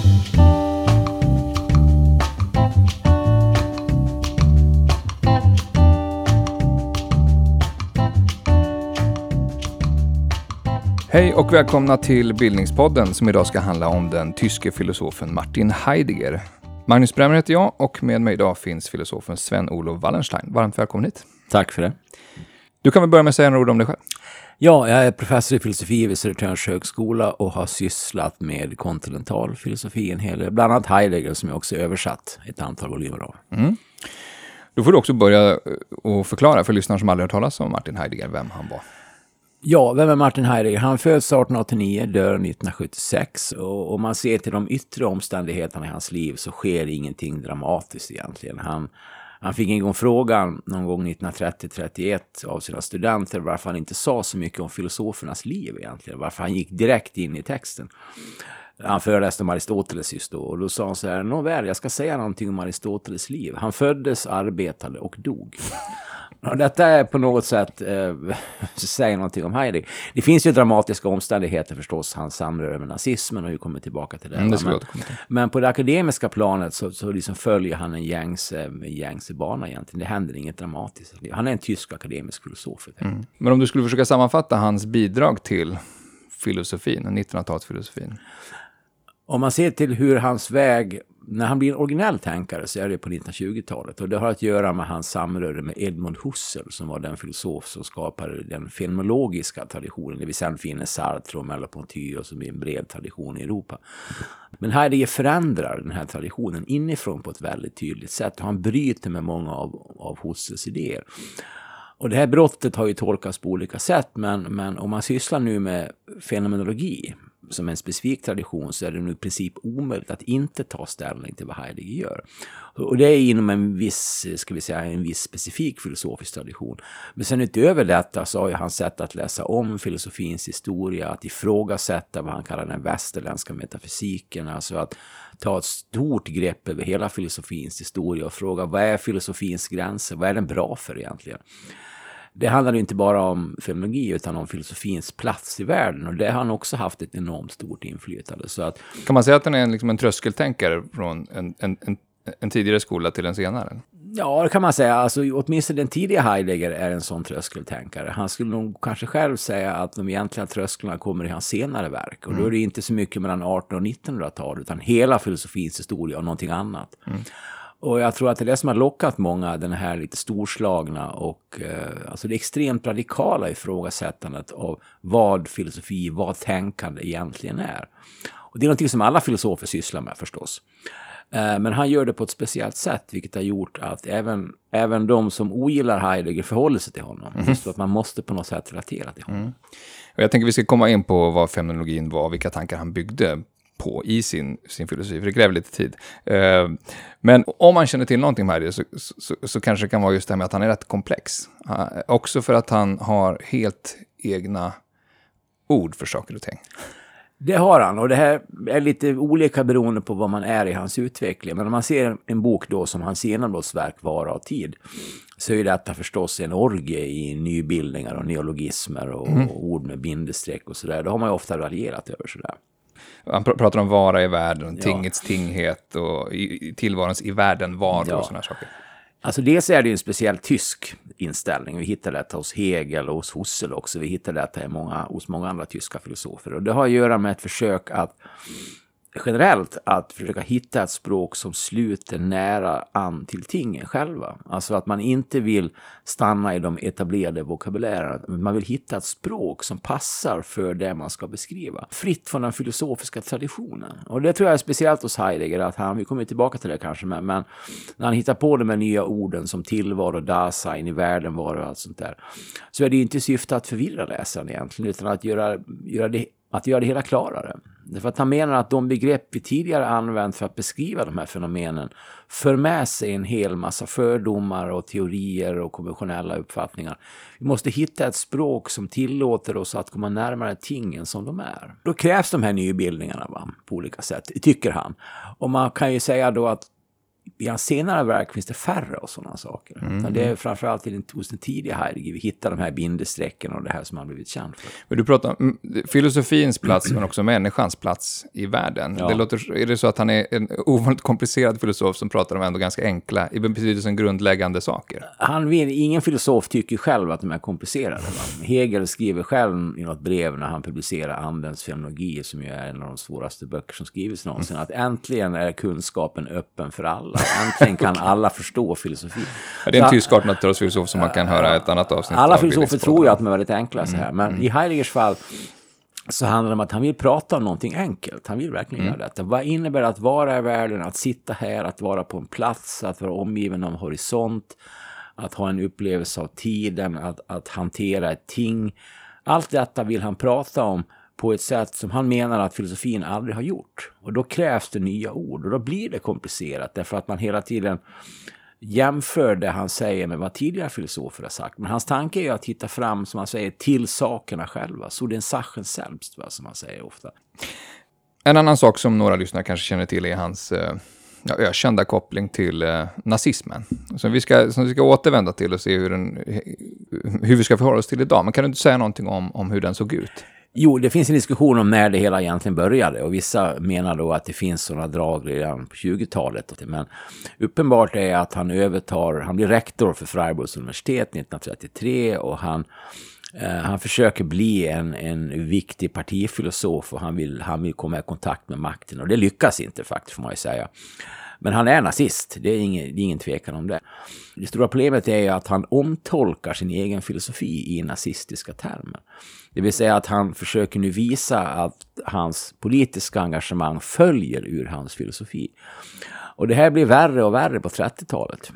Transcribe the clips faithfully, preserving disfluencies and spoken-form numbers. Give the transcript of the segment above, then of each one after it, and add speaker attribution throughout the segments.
Speaker 1: Hej och välkomna till Bildningspodden som idag ska handla om den tyske filosofen Martin Heidegger. Magnus Bremmer heter jag och med mig idag finns filosofen Sven-Olof Wallenstein. Varmt välkommen hit.
Speaker 2: Tack för det.
Speaker 1: Du kan väl börja med att säga några ord om dig själv?
Speaker 2: Ja, jag är professor i filosofi vid Södertörns högskola och har sysslat med kontinental filosofi en hel del. Bland annat Heidegger som jag också översatt ett antal volymer av. Mm.
Speaker 1: Då får du också börja och förklara för lyssnare som aldrig hört talas om Martin Heidegger vem han var.
Speaker 2: Ja, vem är Martin Heidegger? Han föds arton åttionio, dör nittonhundrasjuttiosex och om man ser till de yttre omständigheterna i hans liv så sker ingenting dramatiskt egentligen. Han, han fick en gång frågan någon gång nittonhundratrettio trettioett av sina studenter varför han inte sa så mycket om filosofernas liv egentligen. Varför han gick direkt in i texten. Han föreläste om Aristoteles just då och då sa han så här: nåväl, jag ska säga någonting om Aristoteles liv. Han föddes, arbetade och dog. Och detta är på något sätt eh, säger någonting om Heidegger. Det finns ju dramatiska omständigheter förstås, hans samröre med nazismen och vi kommer tillbaka till det.
Speaker 1: Mm, det
Speaker 2: men, men på det akademiska planet så, så liksom följer han en gängse, gängse bana egentligen. Det händer inget dramatiskt. Han är en tysk akademisk filosof.
Speaker 1: Mm. Men om du skulle försöka sammanfatta hans bidrag till filosofin, nittonhundratalsfilosofin.
Speaker 2: Om man ser till hur hans väg, när han blir en originell tänkare så är det på nittonhundratjugotalet och det har att göra med hans samröre med Edmund Husserl som var den filosof som skapade den fenomenologiska traditionen, det vill säga finner Sartre och Merleau-Ponty och som är en bred tradition i Europa. Men Heidegger förändrar den här traditionen inifrån på ett väldigt tydligt sätt och han bryter med många av, av Husserls idéer. Och det här brottet har ju tolkats på olika sätt men, men om man sysslar nu med fenomenologi som en specifik tradition så är det nu i princip omöjligt att inte ta ställning till vad Heidegger gör. Och det är inom en viss, ska vi säga, en viss specifik filosofisk tradition. Men sen utöver detta så har ju han sätt att läsa om filosofins historia, att ifrågasätta vad han kallar den västerländska metafysiken, alltså att ta ett stort grepp över hela filosofins historia och fråga vad är filosofins gränser, vad är den bra för egentligen? Det handlar ju inte bara om fenomenologi utan om filosofins plats i världen och det har han också haft ett enormt stort inflytande. Så att,
Speaker 1: kan man säga att den är liksom en tröskeltänkare från en, en, en, en tidigare skola till en senare?
Speaker 2: Ja, det kan man säga. Alltså, åtminstone den tidiga Heidegger är en sån tröskeltänkare. Han skulle nog kanske själv säga att de egentliga trösklarna kommer i hans senare verk. Och då är det inte så mycket mellan artonhundra- och nittonhundratal utan hela filosofins historia och någonting annat. Mm. Och jag tror att det är det som har lockat många, den här lite storslagna och eh, alltså det extremt radikala ifrågasättandet av vad filosofi, vad tänkande egentligen är. Och det är någonting som alla filosofer sysslar med förstås. Eh, men han gör det på ett speciellt sätt vilket har gjort att även, även de som ogillar Heidegger förhåller sig till honom. Mm. Just att man måste på något sätt relatera till honom.
Speaker 1: Mm. Och jag tänker vi ska komma in på vad fenomenologin var, vilka tankar han byggde på i sin, sin filosofi, för det kräver lite tid. Uh, men om man känner till någonting med det så, så, så kanske det kan vara just det här med att han är rätt komplex. Uh, också för att han har helt egna ord för saker och ting.
Speaker 2: Det har han och det här är lite olika beroende på vad man är i hans utveckling. Men om man ser en bok då som hans genombrottsverk Vara av tid så är detta förstås en orgie i nybildningar och neologismer och, mm. och ord med bindestreck och sådär. Då har man ju ofta raljerat över sådär.
Speaker 1: Han pr- pratar om vara i världen, ja. Tingets tinghet och i, tillvarons i världen var ja. Och sådana saker.
Speaker 2: Alltså dels är det ju en speciell tysk inställning. Vi hittar detta hos Hegel och hos Husserl också. Vi hittar detta i många, hos många andra tyska filosofer. Och det har att göra med ett försök att generellt att försöka hitta ett språk som sluter nära an till tingen själva. Alltså att man inte vill stanna i de etablerade vokabulärerna. Man vill hitta ett språk som passar för det man ska beskriva. Fritt från den filosofiska traditionen. Och det tror jag är speciellt hos Heidegger att han, vi kommer tillbaka till det kanske, men, men när han hittar på de här nya orden som tillvaro, dasein, i världen var och allt sånt där. Så är det inte syfte att förvirra läsaren egentligen utan att göra, göra det Att göra det hela klarare. Därför att han menar att de begrepp vi tidigare använt för att beskriva de här fenomenen för med sig en hel massa fördomar och teorier och konventionella uppfattningar. Vi måste hitta ett språk som tillåter oss att komma närmare tingen som de är. Då krävs de här nybildningarna va, på olika sätt, tycker han. Och man kan ju säga då att i hans senare verk finns det färre och sådana saker. Mm. Det är framförallt i den, hos den tidiga Heidegger vi hittar de här bindesträcken och det här som han blivit känd för.
Speaker 1: Men du pratar om filosofins plats men också människans plats i världen. Ja. Det låter, är det så att han är en ovanligt komplicerad filosof som pratar om ändå ganska enkla, i betydelsen grundläggande saker?
Speaker 2: Han vill, ingen filosof tycker själv att de är komplicerade. Va? Hegel skriver själv i något brev när han publicerar Andens fenomenologi, som ju är en av de svåraste böcker som skrivits någonsin, mm. att äntligen är kunskapen öppen för alla. Äntligen kan alla förstå filosofi.
Speaker 1: Ja, det är en tysk artonhundratalsfilosof som man kan höra ett annat avsnitt.
Speaker 2: Alla filosofer tror ju att de är väldigt enkla så här. Men mm. i Heideggers fall så handlar det om att han vill prata om någonting enkelt. Han vill verkligen mm. göra detta. Vad innebär det att vara i världen, att sitta här, att vara på en plats, att vara omgiven av en horisont, att ha en upplevelse av tiden, att, att hantera ett ting. Allt detta vill han prata om på ett sätt som han menar att filosofin aldrig har gjort. Och då krävs det nya ord och då blir det komplicerat därför att man hela tiden jämför det han säger med vad tidigare filosofer har sagt. Men hans tanke är ju att hitta fram, som han säger, till sakerna själva. Så det är en Sachen selbst, va, som han säger ofta.
Speaker 1: En annan sak som några lyssnare kanske känner till är hans eh, ja, ökända koppling till eh, nazismen. Som vi, ska, som vi ska återvända till och se hur, den, hur vi ska förhålla oss till idag. Men kan du inte säga någonting om, om hur den såg ut?
Speaker 2: Jo, det finns en diskussion om när det hela egentligen började och vissa menar då att det finns sådana drag redan på tjugotalet. Men uppenbart är att han övertar, han blir rektor för Freiburgs universitet nittonhundratrettiotre och han, eh, han försöker bli en, en viktig partifilosof och han vill, han vill komma i kontakt med makten och det lyckas inte faktiskt, får man ju säga. Men han är nazist, det är ingen, det är ingen tvekan om det. Det stora problemet är ju att han omtolkar sin egen filosofi i nazistiska termer. Det vill säga att han försöker nu visa att hans politiska engagemang följer ur hans filosofi. Och det här blir värre och värre på trettiotalet.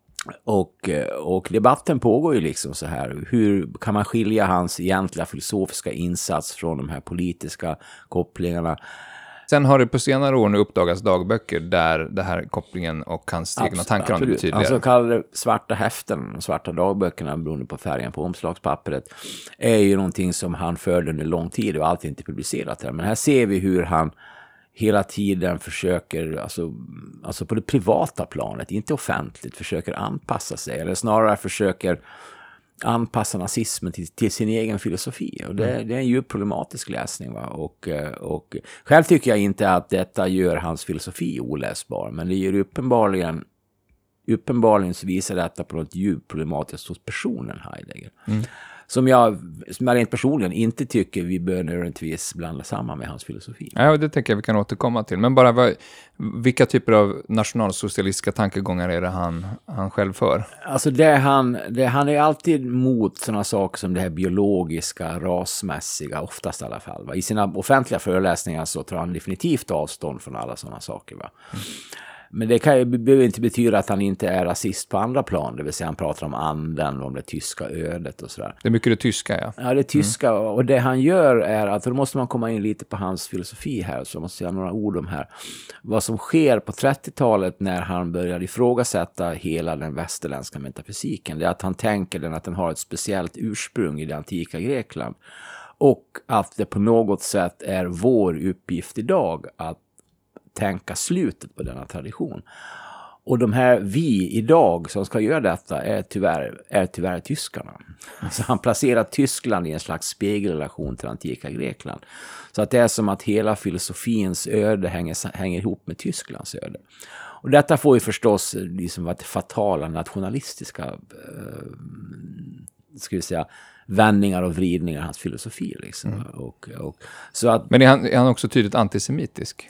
Speaker 2: Och, och debatten pågår ju liksom så här. Hur kan man skilja hans egentliga filosofiska insats från de här politiska kopplingarna?
Speaker 1: Sen har det på senare år nu uppdagats dagböcker där det här kopplingen och hans egna Abs- tankar om det blir tydligare.
Speaker 2: Alltså kallade svarta häften, de svarta dagböckerna beroende på färgen på omslagspappret, är ju någonting som han förde under lång tid och alltid inte publicerat här. Men här ser vi hur han hela tiden försöker, alltså, alltså på det privata planet, inte offentligt, försöker anpassa sig. Eller snarare försöker anpassa nazismen till, till sin egen filosofi. Och det, mm. det är en djupt problematisk läsning. Va? Och, och själv tycker jag inte att detta gör hans filosofi oläsbar. Men det gör uppenbarligen, uppenbarligen så visar detta på något djupt problematiskt hos personen Heidegger. Mm. Som jag, som jag rent personligen inte tycker vi bör nödvändigtvis blanda samman med hans filosofi.
Speaker 1: Ja, det tänker jag vi kan återkomma till. Men bara vad, vilka typer av nationalsocialistiska tankegångar är det han, han själv för?
Speaker 2: Alltså det han, det, han är alltid mot sådana saker som det här biologiska, rasmässiga, oftast i alla fall. Va? I sina offentliga föreläsningar så tar han definitivt avstånd från alla sådana saker. Va? Mm. Men det kan ju, behöver inte betyda att han inte är rasist på andra plan. Det vill säga han pratar om anden, om det tyska ödet och sådär.
Speaker 1: Det är mycket det tyska, ja.
Speaker 2: Ja, det tyska. Mm. Och det han gör är att, då måste man komma in lite på hans filosofi här. Så jag måste säga några ord om här. Vad som sker på trettiotalet när han börjar ifrågasätta hela den västerländska metafysiken. Det är att han tänker den att den har ett speciellt ursprung i det antika Grekland. Och att det på något sätt är vår uppgift idag att tänka slutet på denna tradition. Och de här vi idag som ska göra detta är tyvärr, är tyvärr tyskarna. Alltså han placerar Tyskland i en slags spegelrelation till antika Grekland. Så att det är som att hela filosofins öde hänger, hänger ihop med Tysklands öde. Och detta får ju förstås liksom vara fatala nationalistiska eh, ska vi säga, vändningar och vridningar av hans filosofi. Liksom. Mm. Och, och, så att,
Speaker 1: Men är han, är han också tydligt antisemitisk?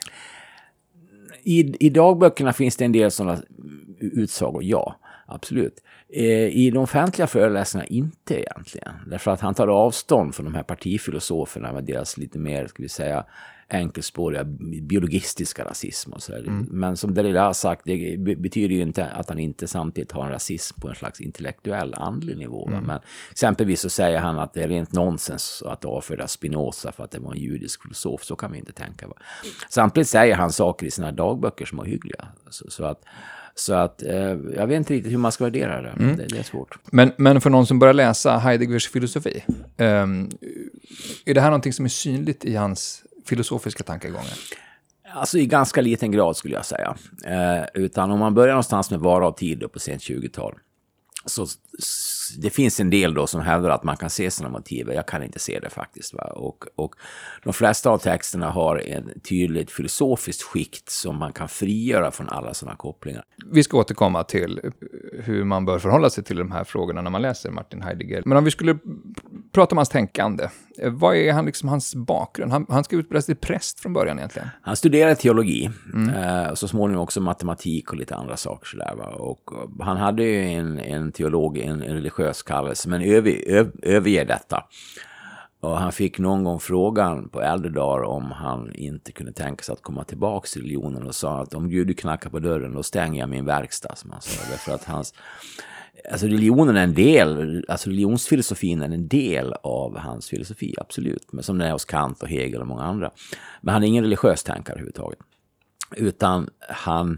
Speaker 2: I, I dagböckerna finns det en del sådana utsagor, ja, absolut. Eh, I de offentliga föreläsningarna inte egentligen. Därför att han tar avstånd från de här partifilosoferna med deras lite mer, ska vi säga, enkelspåriga biologistiska rasism och så där. Mm. Men som Derrida har sagt, det betyder ju inte att han inte samtidigt har en rasism på en slags intellektuell andlig nivå. Mm. Men exempelvis så säger han att det är rent nonsens att avfärda Spinoza för att det var en judisk filosof. Så kan vi inte tänka. Samtidigt säger han saker i sina dagböcker som är hyggliga. Så, så att Så att eh, jag vet inte riktigt hur man ska värdera det. Mm. det. Det är svårt.
Speaker 1: Men, men för någon som börjar läsa Heideggers filosofi, eh, är det här någonting som är synligt i hans filosofiska tankegångar?
Speaker 2: Alltså i ganska liten grad skulle jag säga. Eh, utan om man börjar någonstans med Vara av tid då, på sent tjugotal. Så det finns en del då som hävdar att man kan se sådana motiv. Jag kan inte se det faktiskt. Va? Och, och de flesta av texterna har en tydligt filosofiskt skikt som man kan frigöra från alla sådana kopplingar.
Speaker 1: Vi ska återkomma till hur man bör förhålla sig till de här frågorna när man läser Martin Heidegger. Men om vi skulle prata om hans tänkande. Vad är han liksom hans bakgrund? Han, han ska utbildas till präst från början egentligen.
Speaker 2: Han studerade teologi
Speaker 1: Mm.
Speaker 2: eh, och så småningom också matematik och lite andra saker. Så där, va? Och, och han hade ju en, en teolog, en, en religiös kallelse, men över, öv, överger detta. Och han fick någon gång frågan på äldre dagar om han inte kunde tänka sig att komma tillbaka till religionen och sa att om Gud knackar på dörren då stänger jag min verkstad, som han sa. Därför att hans, alltså religionen är en del, alltså religionsfilosofin är en del av hans filosofi, absolut. Men som det är hos Kant och Hegel och många andra. Men han är ingen religiös tänkare överhuvudtaget. Utan han,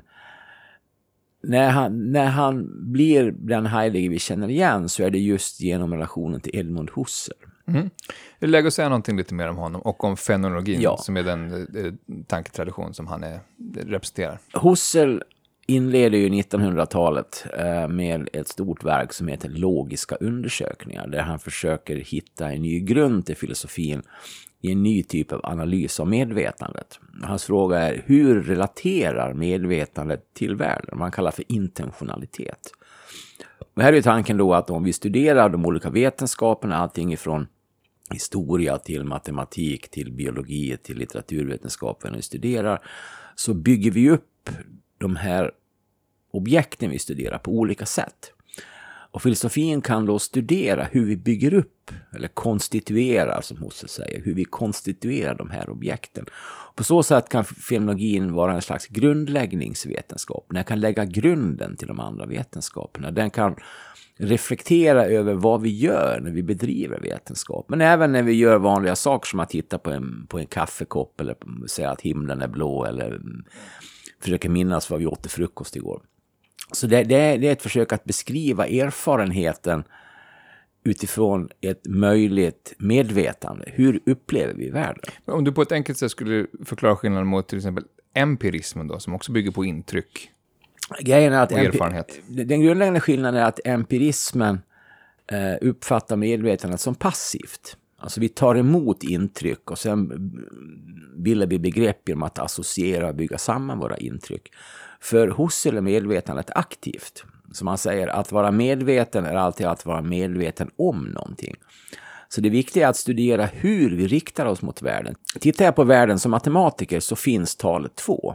Speaker 2: när han, när han blir den Heidegger vi känner igen så är det just genom relationen till Edmund Husserl.
Speaker 1: Mm. Jag lägger att säga någonting lite mer om honom och om fenomenologin, ja, som är den eh, tanketradition som han är, representerar.
Speaker 2: Husserl inleder ju nittonhundratalet eh, med ett stort verk som heter Logiska undersökningar, där han försöker hitta en ny grund till filosofin i en ny typ av analys av medvetandet. Hans fråga är: hur relaterar medvetandet till världen? Man kallar för intentionalitet. Och här är tanken då att om vi studerar de olika vetenskaperna, allting ifrån historia till matematik, till biologi, till litteraturvetenskapen vi studerar, så bygger vi upp de här objekten vi studerar på olika sätt. Och filosofin kan då studera hur vi bygger upp, eller konstituerar som Husserl säger, hur vi konstituerar de här objekten. På så sätt kan fenomenologin vara en slags grundläggningsvetenskap. Den kan lägga grunden till de andra vetenskaperna. Den kan reflektera över vad vi gör när vi bedriver vetenskap. Men även när vi gör vanliga saker som att titta på en, på en kaffekopp eller säga att himlen är blå eller försöka minnas vad vi åt till frukost igår. Så det, det, är, det är ett försök att beskriva erfarenheten utifrån ett möjligt medvetande. Hur upplever vi världen?
Speaker 1: Om du på ett enkelt sätt skulle förklara skillnaden mot till exempel empirismen då, som också bygger på intryck.
Speaker 2: Grejen är att
Speaker 1: och erfarenhet.
Speaker 2: Empi- den grundläggande skillnaden är att empirismen eh, uppfattar medvetandet som passivt. Alltså vi tar emot intryck och sen bildar vi begrepp genom att associera och bygga samman våra intryck. För Husserl är medvetandet aktivt. Som man säger, att vara medveten är alltid att vara medveten om någonting. Så det viktiga är att studera hur vi riktar oss mot världen. Tittar jag på världen som matematiker så finns talet två.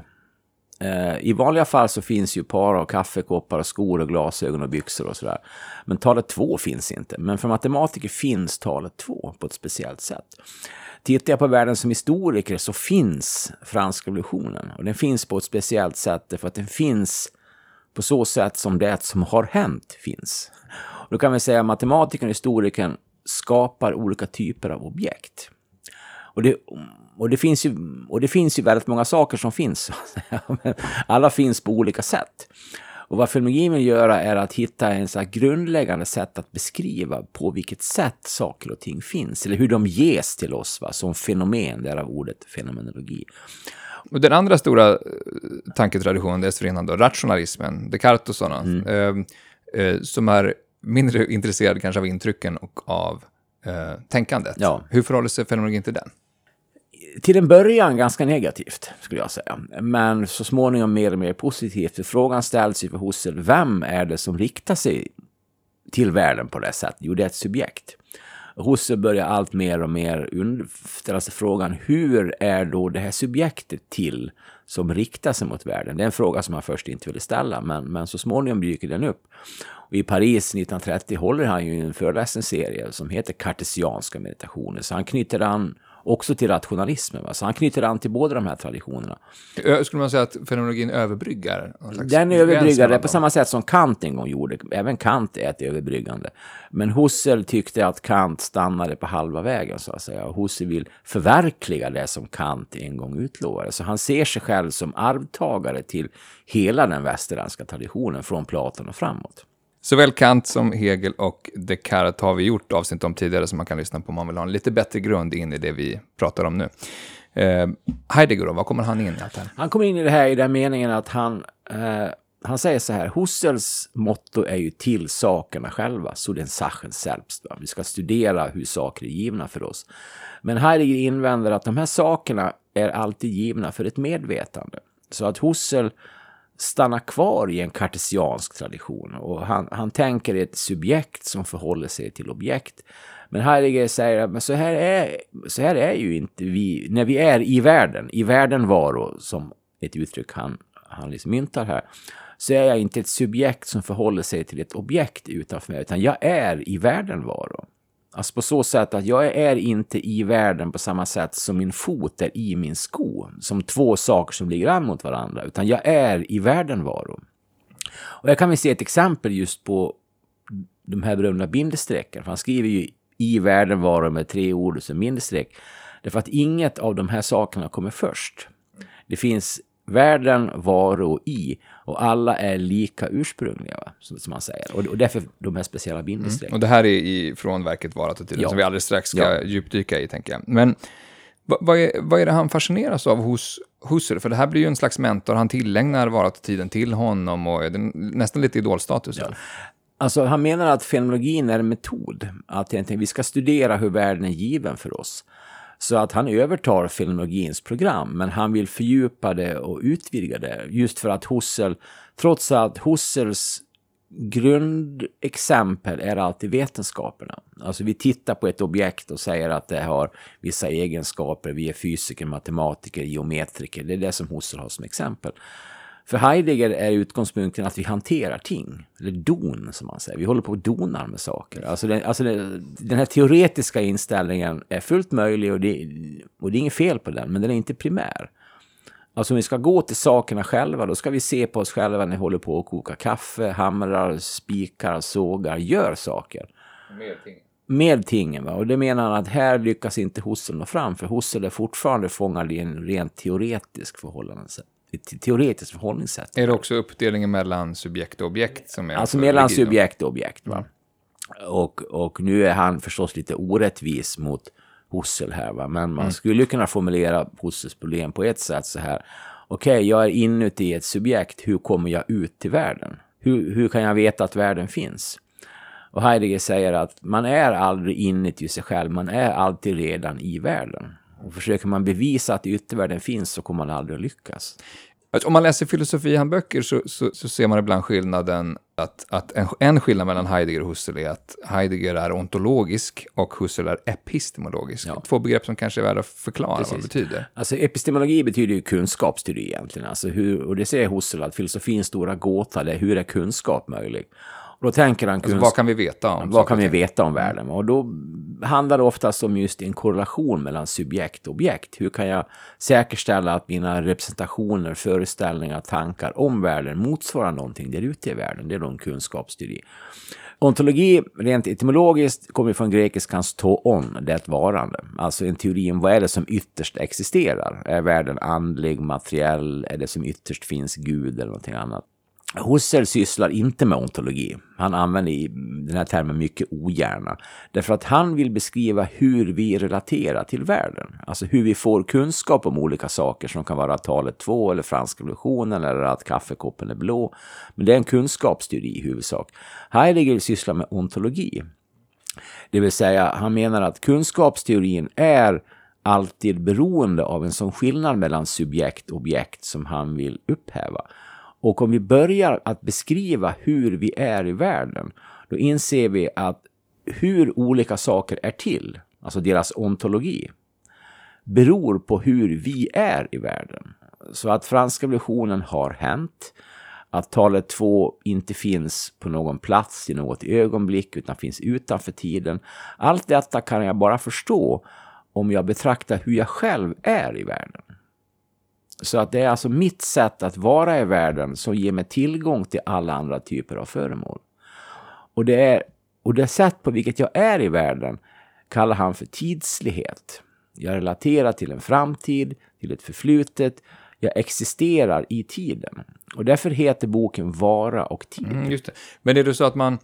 Speaker 2: I vanliga fall så finns ju par och kaffekoppar och skor och glasögon och byxor och sådär. Men talet två finns inte. Men för matematiker finns talet två på ett speciellt sätt. Tittar jag på världen som historiker så finns franska revolutionen. Och den finns på ett speciellt sätt för att den finns på så sätt som det som har hänt finns. Då kan vi säga att matematikern och historikern skapar olika typer av objekt. Och det, och det finns ju, och det finns ju väldigt många saker som finns. Alla finns på olika sätt. Och vad fenomenologin vill göra är att hitta en så här grundläggande sätt att beskriva på vilket sätt saker och ting finns. Eller hur de ges till oss, va, som fenomen, därav ordet fenomenologi.
Speaker 1: Och den andra stora tanketraditionen, det är dessförinnan då, rationalismen, Descartes och sådana, mm. eh, eh, som är mindre intresserade kanske av intrycken och av eh, tänkandet.
Speaker 2: Ja.
Speaker 1: Hur förhåller sig fenomenologin till den?
Speaker 2: Till en början ganska negativt, skulle jag säga. Men så småningom mer och mer positivt. Frågan ställs ju för Husserl, vem är det som riktar sig till världen på det sättet? Jo, det är ett subjekt. Husserl börjar allt mer och mer ställa sig frågan, hur är då det här subjektet till som riktar sig mot världen? Det är en fråga som han först inte ville ställa, men, men så småningom dyker den upp. Och i Paris nittonhundratrettio håller han ju en föreläsningsserie som heter Kartesianska meditationer. Så han knyter an också till rationalismen. Va? Så han knyter an till båda de här traditionerna.
Speaker 1: Skulle man säga att fenomenologin överbryggar?
Speaker 2: Den överbryggar det på samma sätt som Kant en gång gjorde. Även Kant är ett överbryggande. Men Husserl tyckte att Kant stannade på halva vägen, så att säga. Och Husserl vill förverkliga det som Kant en gång utlovade. Så han ser sig själv som arvtagare till hela den västerländska traditionen från Platon och framåt.
Speaker 1: Såväl Kant som Hegel och Descartes har vi gjort avsnitt om tidigare som man kan lyssna på om man vill ha en lite bättre grund in i det vi pratar om nu. Eh, Heidegger då, vad kommer han in i allt här?
Speaker 2: Han kommer in i det här i den meningen att han, eh, han säger så här, Husserls motto är ju till sakerna själva, så den Sachen selbst. Va? Vi ska studera hur saker är givna för oss. Men Heidegger invänder att de här sakerna är alltid givna för ett medvetande. Så att Husserl stannar kvar i en kartesiansk tradition och han, han tänker ett subjekt som förhåller sig till objekt. Men Heidegger säger att så här är, så här är ju inte vi, när vi är i världen, i världen varo, som ett uttryck han, han liksom myntar här, så är jag inte ett subjekt som förhåller sig till ett objekt utanför mig, utan jag är i världen varo. Alltså på så sätt att jag är inte i världen på samma sätt som min fot är i min sko, som två saker som ligger an mot varandra, utan jag är i världen varo. Och jag kan väl se ett exempel just på de här berömda bindestrecken, för han skriver ju i världen varo med tre ord som bindestreck, därför att inget av de här sakerna kommer först. Det finns världen, varo i, och alla är lika ursprungliga, va? Som, som man säger. Och, och därför de här speciella bindestreck.
Speaker 1: Mm. Och det här är i, från verket Varatiden, ja. Som vi alldeles strax ska ja. djupdyka i, tänker jag. Men vad, vad, är, vad är det han fascineras av hos Husserl? För det här blir ju en slags mentor, han tillägnar Varatiden till honom och är det nästan lite idolstatus. Ja.
Speaker 2: Alltså han menar att fenomenologin är en metod, att egentligen vi ska studera hur världen är given för oss. Så att han övertar fenomenologins program, men han vill fördjupa det och utvidga det. Just för att Husserl, trots att Husserls grundexempel är alltid vetenskaperna. Alltså vi tittar på ett objekt och säger att det har vissa egenskaper. Vi är fysiker, matematiker, geometriker. Det är det som Husserl har som exempel. För Heidegger är utgångspunkten att vi hanterar ting, eller don som man säger. Vi håller på att donar med saker. Alltså, det, alltså det, den här teoretiska inställningen är fullt möjlig och det, och det är inget fel på den, men den är inte primär. Alltså om vi ska gå till sakerna själva, då ska vi se på oss själva när vi håller på att koka kaffe, hamrar, spikar, sågar, gör saker.
Speaker 1: Med ting.
Speaker 2: Med tingen, va? Och det menar han att här lyckas inte Husserl nå fram, för Husserl är fortfarande fångad i en rent teoretisk förhållande. Ett teoretiskt förhållningssätt.
Speaker 1: Är det också uppdelningen mellan subjekt och objekt som är...
Speaker 2: Alltså mellan subjekt och objekt, va? Mm. Och, och nu är han förstås lite orättvis mot Husserl här, va? Men man mm. skulle kunna formulera Husserls problem på ett sätt så här. Okej, okay, jag är inuti ett subjekt. Hur kommer jag ut till världen? Hur, hur kan jag veta att världen finns? Och Heidegger säger att man är aldrig inuti sig själv. Man är alltid redan i världen. Och försöker man bevisa att yttervärlden finns så kommer man aldrig att lyckas.
Speaker 1: Om man läser filosofihandböcker så, så, så ser man ibland skillnaden att, att en, en skillnad mellan Heidegger och Husserl är att Heidegger är ontologisk och Husserl är epistemologisk. Ja. Två begrepp som kanske är värda att förklara. Precis. Vad det betyder.
Speaker 2: Alltså epistemologi betyder ju kunskapsteori egentligen. Alltså hur, och det säger Husserl att filosofins stora gåta är hur är kunskap möjlig. Och då tänker han kunskap,
Speaker 1: alltså, vad kan vi veta om
Speaker 2: vad kan vi veta om världen? Och då handlar det oftast om just en korrelation mellan subjekt och objekt. Hur kan jag säkerställa att mina representationer, föreställningar, tankar om världen motsvarar någonting där ute i världen? Det är då en kunskapsteori. Ontologi, rent etymologiskt, kommer från grekiskans toon, det är ett varande. Alltså en teori om vad är det som ytterst existerar. Är världen andlig, materiell? Är det som ytterst finns Gud eller någonting annat? Husserl sysslar inte med ontologi. Han använder den här termen mycket ogärna. Därför att han vill beskriva hur vi relaterar till världen. Alltså hur vi får kunskap om olika saker som kan vara talet två eller franska revolutionen eller att kaffekoppen är blå. Men det är en kunskapsteori i huvudsak. Heidegger sysslar med ontologi. Det vill säga han menar att kunskapsteorin är alltid beroende av en sån skillnad mellan subjekt och objekt som han vill upphäva. Och om vi börjar att beskriva hur vi är i världen, då inser vi att hur olika saker är till, alltså deras ontologi, beror på hur vi är i världen. Så att franska revolutionen har hänt, att talet två inte finns på någon plats i något ögonblick utan finns utanför tiden. Allt detta kan jag bara förstå om jag betraktar hur jag själv är i världen. Så att det är alltså mitt sätt att vara i världen som ger mig tillgång till alla andra typer av föremål. Och det, är, och det sätt på vilket jag är i världen kallar han för tidslighet. Jag relaterar till en framtid, till ett förflutet. Jag existerar i tiden. Och därför heter boken Vara och tid.
Speaker 1: Mm, just det. Men är det så att man...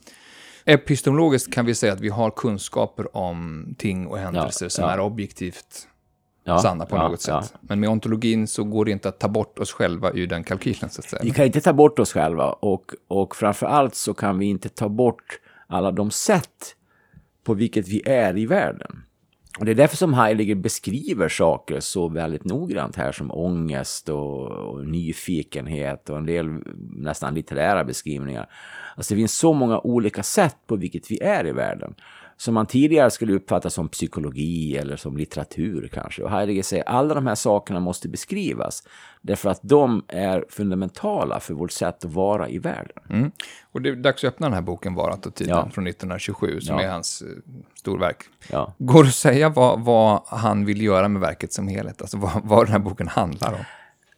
Speaker 1: Epistemologiskt kan vi säga att vi har kunskaper om ting och händelser ja, som ja. är objektivt ja, sanna på
Speaker 2: ja,
Speaker 1: något sätt.
Speaker 2: Ja.
Speaker 1: Men med ontologin så går det inte att ta bort oss själva ur den kalkylen, så att säga.
Speaker 2: Vi kan inte ta bort oss själva, och, och framförallt så kan vi inte ta bort alla de sätt på vilket vi är i världen. Och det är därför som Heidegger beskriver saker så väldigt noggrant här, som ångest och, och nyfikenhet och en del nästan litterära beskrivningar. Alltså det finns så många olika sätt på vilket vi är i världen, som man tidigare skulle uppfatta som psykologi eller som litteratur kanske. Och Heidegger säger att alla de här sakerna måste beskrivas därför att de är fundamentala för vårt sätt att vara i världen.
Speaker 1: Mm. Och det är dags att öppna den här boken Varat och tiden ja. från nittonhundratjugosju som ja. är hans uh, storverk. Ja. Går det att säga vad, vad han vill göra med verket som helhet? Alltså vad, vad den här boken handlar om?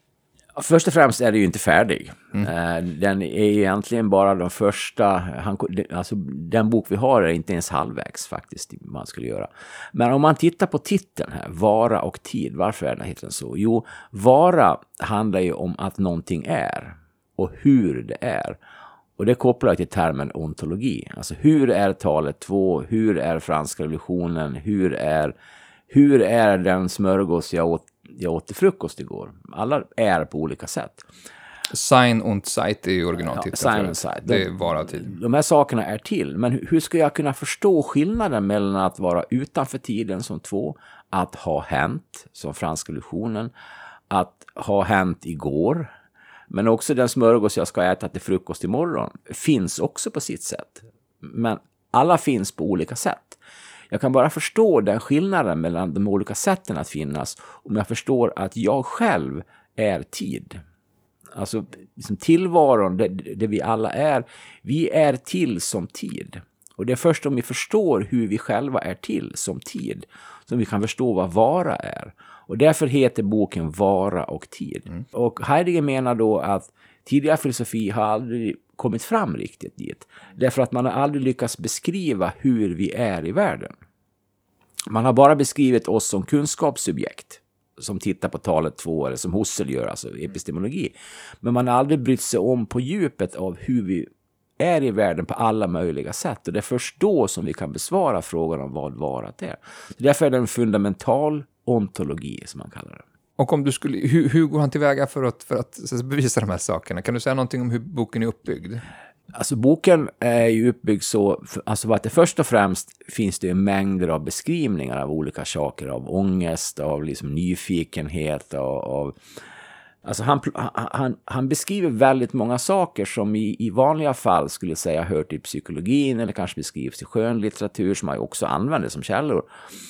Speaker 2: Först och främst är det ju inte färdig. Mm. Den är egentligen bara de första, han, alltså den bok vi har är inte ens halvvägs faktiskt man skulle göra. Men om man tittar på titeln här, Vara och tid, varför är den titeln så? Jo, vara handlar ju om att någonting är och hur det är. Och det kopplar till termen ontologi. Alltså hur är talet två, hur är franska revolutionen, hur är, hur är den smörgås jag åt Jag åt till frukost igår. Alla är på olika sätt.
Speaker 1: Sein und Zeit är ju originaltiteln.
Speaker 2: Ja, Sein und Zeit.
Speaker 1: Det är vara tid.
Speaker 2: De här sakerna är till. Men hur ska jag kunna förstå skillnaden mellan att vara utanför tiden som två, att ha hänt som franska revolutionen, att ha hänt igår, men också den smörgås jag ska äta till frukost imorgon finns också på sitt sätt. Men alla finns på olika sätt. Jag kan bara förstå den skillnaden mellan de olika sätten att finnas om jag förstår att jag själv är tid. Alltså liksom tillvaron, det, det vi alla är, vi är till som tid. Och det är först om vi förstår hur vi själva är till som tid som vi kan förstå vad vara är. Och därför heter boken Vara och tid. Mm. Och Heidegger menar då att tidigare filosofi har aldrig kommit fram riktigt dit. Därför att man har aldrig lyckats beskriva hur vi är i världen. Man har bara beskrivit oss som kunskapssubjekt som tittar på talet två, eller som Husserl gör, alltså epistemologi. Men man har aldrig brytt sig om på djupet av hur vi är i världen på alla möjliga sätt. Och det är först då som vi kan besvara frågan om vad varat är. Därför är det en fundamental ontologi som man kallar det.
Speaker 1: Och om du skulle, hur, hur går han tillväga för att, för att bevisa de här sakerna? Kan du säga någonting om hur boken är uppbyggd?
Speaker 2: Alltså boken är ju uppbyggd så, alltså att det först och främst finns det mängder av beskrivningar av olika saker, av ångest, av liksom nyfikenhet, av, av alltså han, han, han beskriver väldigt många saker som i, i vanliga fall skulle säga hör till psykologin eller kanske beskrivs i skönlitteratur som man också använder som källor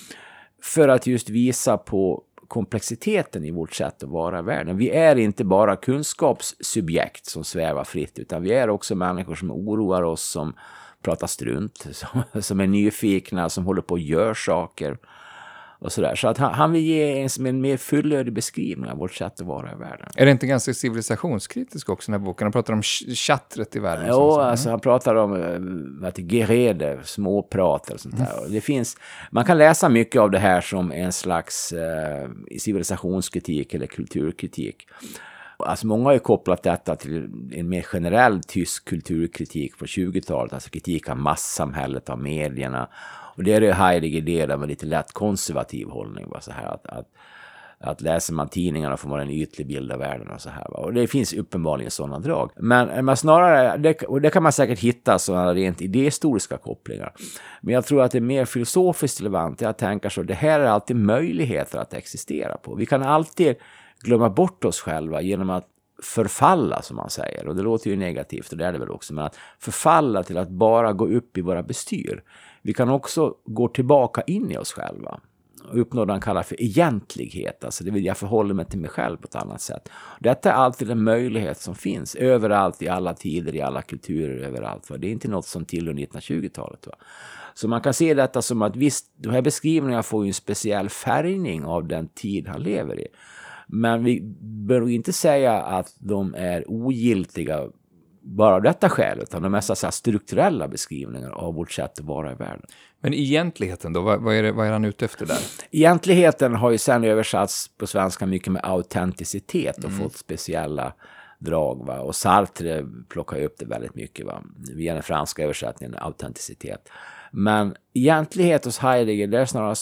Speaker 2: för att just visa på komplexiteten i vårt sätt att vara i världen. Vi är inte bara kunskapssubjekt som svävar fritt, utan vi är också människor som oroar oss, som pratar strunt, som, som är nyfikna, som håller på och gör saker och sådär. Så att han, han vill ge en, en mer fullödig beskrivning av vårt sätt att vara i världen.
Speaker 1: Är det inte ganska civilisationskritisk också den här boken? Han pratar om chattret i världen.
Speaker 2: Jo, alltså han pratar om att gerede, småprat och sånt där. Mm. Det finns, man kan läsa mycket av det här som en slags eh, civilisationskritik eller kulturkritik. Alltså många har ju kopplat detta till en mer generell tysk kulturkritik på tjugotalet, alltså kritik av massamhället, av medierna. Och det är det Heidegger delar med lite lätt konservativ hållning. Va? Så här, att, att, att läser man tidningarna får man en ytlig bild av världen och så här. Va? Och det finns uppenbarligen sådana drag. Men, men snarare, det, och det kan man säkert hitta sådana rent idéhistoriska kopplingar. Men jag tror att det är mer filosofiskt relevant. Jag tänker så, det här är alltid möjligheter att existera på. Vi kan alltid glömma bort oss själva genom att förfalla, som man säger. Och det låter ju negativt, och det är det väl också. Men att förfalla till att bara gå upp i våra bestyr. Vi kan också gå tillbaka in i oss själva och uppnå det han kallar för egentlighet. Alltså det vill jag förhålla mig till mig själv på ett annat sätt. Detta är alltid en möjlighet som finns överallt, i alla tider, i alla kulturer, överallt. Va? Det är inte något som tillhör nittonhundratjugotalet. Va? Så man kan se detta som att visst, de här beskrivningarna får ju en speciell färgning av den tid han lever i. Men vi bör inte säga att de är ogiltiga bara av detta skäl, utan de är så här strukturella beskrivningar av vårt sätt att vara i världen.
Speaker 1: Men egentligheten då, vad, vad, är det, vad är han ute efter där?
Speaker 2: Egentligheten har ju sen översatts på svenska mycket med autenticitet och mm. fått speciella drag. Va? Och Sartre plockar upp det väldigt mycket, va? Via den franska översättningen, autenticitet. Men egentlighet hos Heidegger, det är snarare så att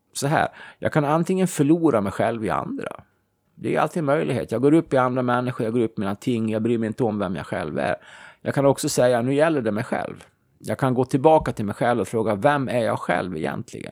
Speaker 2: så här, jag kan antingen förlora mig själv i andra. Det är alltid en möjlighet. Jag går upp i andra människor, jag går upp i mina ting, jag bryr mig inte om vem jag själv är. Jag kan också säga, nu gäller det mig själv. Jag kan gå tillbaka till mig själv och fråga, vem är jag själv egentligen?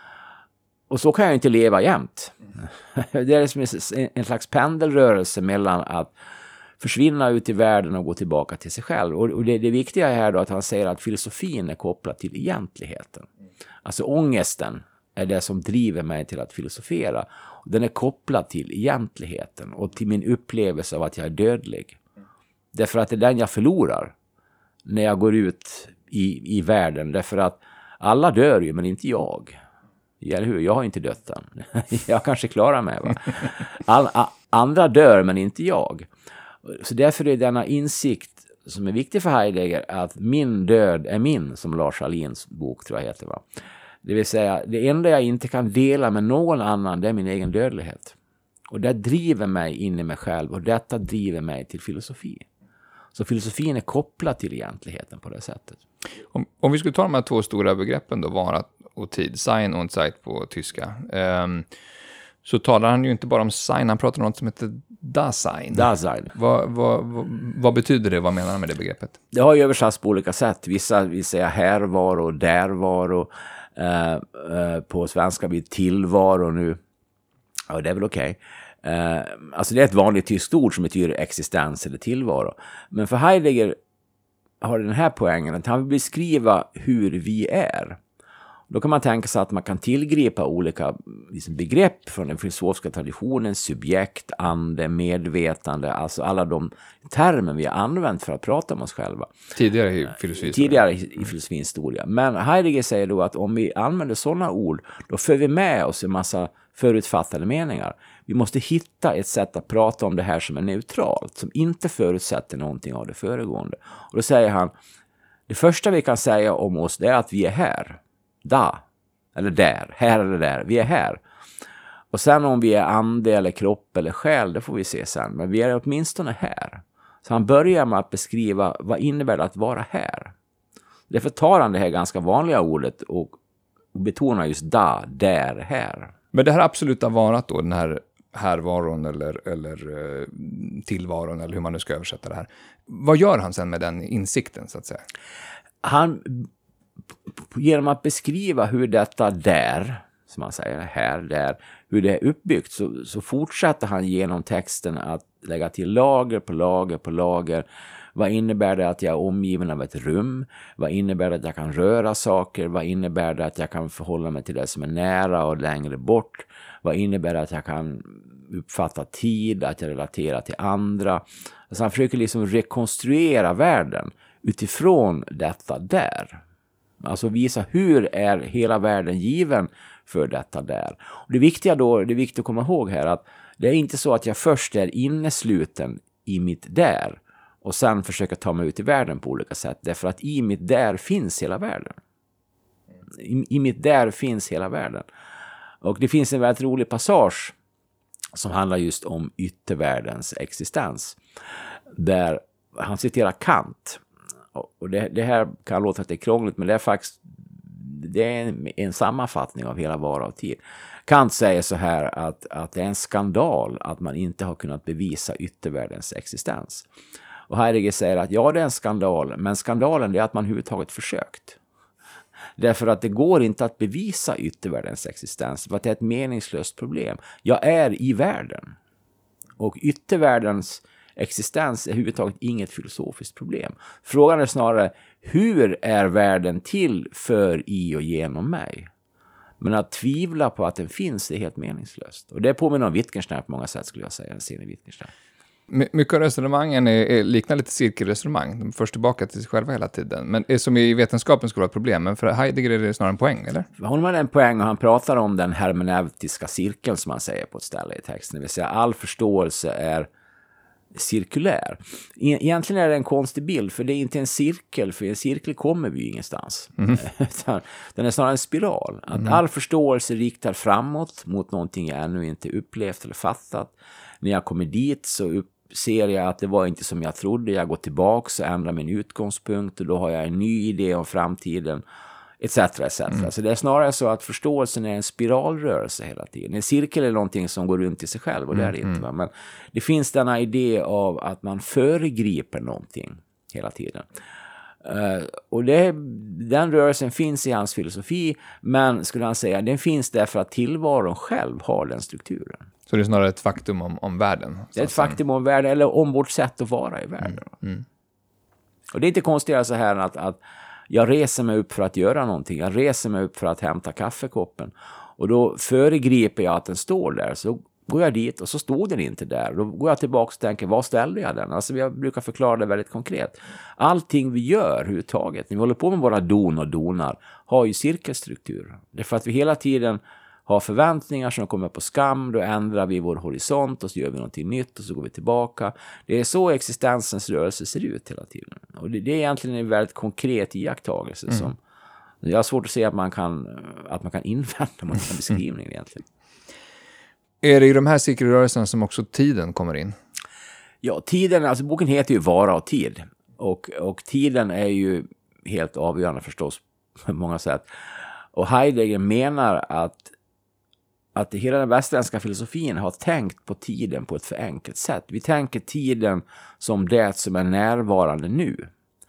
Speaker 2: Och så kan jag inte leva jämt. Det är som en slags pendelrörelse mellan att försvinna ut i världen och gå tillbaka till sig själv. Och det, det viktiga är här då att han säger att filosofin är kopplad till egentligheten. Alltså ångesten är det som driver mig till att filosofera. Den är kopplad till egentligheten och till min upplevelse av att jag är dödlig. Därför att det är den jag förlorar när jag går ut i, i världen. Därför att alla dör ju, men inte jag. Eller hur? Jag har inte dött än. Jag kanske klarar mig. Va? All, a, andra dör, men inte jag. Så därför är denna insikt som är viktig för Heidegger att min död är min, som Lars Alins bok tror jag heter. Va? Det vill säga, det enda jag inte kan dela med någon annan, det är min egen dödlighet. Och det driver mig in i mig själv och detta driver mig till filosofi. Så filosofin är kopplad till egentligheten på det sättet.
Speaker 1: Om, om vi skulle ta de här två stora begreppen då, vara och tid, Sein und Zeit på tyska, um, så talar han ju inte bara om Sein, han pratar om något som heter Dasein.
Speaker 2: Dasein.
Speaker 1: Vad, vad, vad, vad betyder det? Vad menar han med det begreppet?
Speaker 2: Det har ju översatts på olika sätt. Vissa vill säga härvaro och därvaro. Uh, uh, på svenska blir tillvaro nu. Ja, det är väl okej. Okay. Uh, alltså det är ett vanligt tyskt ord som betyder existens eller tillvaro. Men för Heidegger har den här poängen att han vill beskriva hur vi är. Då kan man tänka sig att man kan tillgripa olika liksom, begrepp från den filosofiska traditionen, subjekt, ande, medvetande, alltså alla de termer vi har använt för att prata om oss själva.
Speaker 1: Tidigare i filosofin.
Speaker 2: Tidigare i filosofins historia. Men Heidegger säger då att om vi använder sådana ord, då för vi med oss en massa förutfattade meningar. Vi måste hitta ett sätt att prata om det här som är neutralt, som inte förutsätter någonting av det föregående. Och då säger han, det första vi kan säga om oss det är att vi är här. Da, eller där, här eller där, vi är här. Och sen om vi är ande eller kropp eller själ, det får vi se sen. Men vi är åtminstone här. Så han börjar med att beskriva vad innebär det att vara här. Därför tar han det här ganska vanliga ordet och betonar just da, där, här.
Speaker 1: Men det här absoluta varat då, den här härvaron eller, eller uh, tillvaron eller hur man nu ska översätta det här. Vad gör han sen med den insikten så att säga?
Speaker 2: Han, genom att beskriva hur detta där, som man säger här, där, hur det är uppbyggt så, så fortsätter han genom texten att lägga till lager på lager på lager. Vad innebär det att jag är omgiven av ett rum? Vad innebär det att jag kan röra saker? Vad innebär det att jag kan förhålla mig till det som är nära och längre bort? Vad innebär det att jag kan uppfatta tid, att jag relaterar till andra? Alltså han försöker liksom rekonstruera världen utifrån detta där. Alltså visa hur är hela världen given för detta där. Och det viktiga då, det är viktigt att komma ihåg här att det är inte så att jag först är innesluten i mitt där och sen försöker ta mig ut i världen på olika sätt. Därför att i mitt där finns hela världen. I, i mitt där finns hela världen. Och det finns en väldigt rolig passage som handlar just om yttervärldens existens. Där han citerar Kant. Och det, det här kan låta att det är krångligt, men det är faktiskt det är en, en sammanfattning av hela vara och tid. Kant säger så här att, att det är en skandal att man inte har kunnat bevisa yttervärldens existens. Och Heidegger säger att ja, det är en skandal, men skandalen är att man överhuvudtaget försökt. Därför att det går inte att bevisa yttervärldens existens, för att det är ett meningslöst problem. Jag är i världen. Och yttervärldens existens är överhuvudtaget inget filosofiskt problem. Frågan är snarare, hur är världen till för, i och genom mig? Men att tvivla på att den finns är helt meningslöst. Och det påminner om Wittgenstein på många sätt skulle jag säga. Ser ni Wittgenstein?
Speaker 1: My- mycket av resonemangen är, är, liknar lite cirkelresonemang. De förs tillbaka till sig själva hela tiden. Men är som i vetenskapen skulle vara ett problem. Men för Heidegger är det snarare en poäng, eller?
Speaker 2: För honom är det en poäng och han pratar om den hermeneutiska cirkeln som man säger på ett ställe i texten. Det vill säga all förståelse är cirkulär. Egentligen är det en konstig bild för det är inte en cirkel, för en cirkel kommer vi ju ingenstans. Mm. Den är snarare en spiral. Att mm. all förståelse riktar framåt mot någonting jag ännu inte upplevt eller fattat. När jag kommer dit så upp, ser jag att det var inte som jag trodde. Jag går tillbaka och ändrar min utgångspunkt och då har jag en ny idé om framtiden. et cetera et cetera. Mm. Så det är snarare så att förståelsen är en spiralrörelse hela tiden. En cirkel är någonting som går runt i sig själv och det är det inte. Va? Men det finns denna idé av att man föregriper någonting hela tiden. Uh, och det, den rörelsen finns i hans filosofi, men skulle han säga, den finns därför att tillvaron själv har den strukturen.
Speaker 1: Så det är snarare ett faktum om, om världen?
Speaker 2: Det är ett faktum om världen, eller om vårt sätt att vara i världen. Mm. Mm. Och det är inte konstigt så här att, att jag reser mig upp för att göra någonting. Jag reser mig upp för att hämta kaffekoppen. Och då föregriper jag att den står där. Så går jag dit och så stod den inte där. Då går jag tillbaka och tänker, vad ställde jag den? Alltså jag brukar förklara det väldigt konkret. Allting vi gör överhuvudtaget, när vi håller på med våra don och donar, har ju cirkelstruktur. Det är för att vi hela tiden har förväntningar som kommer på skam, då ändrar vi vår horisont och så gör vi någonting nytt och så går vi tillbaka. Det är så existensens rörelse ser ut hela tiden. Och det, det är egentligen en väldigt konkret iakttagelse mm. som jag har svårt att se att man kan, att man kan invänta mot en beskrivning egentligen.
Speaker 1: Är det i de här cirkelrörelserna som också tiden kommer in?
Speaker 2: Ja, tiden, alltså boken heter ju Vara och tid. Och, och tiden är ju helt avgörande förstås på många sätt. Och Heidegger menar att att hela den västerländska filosofin har tänkt på tiden på ett för enkelt sätt. Vi tänker tiden som det som är närvarande nu.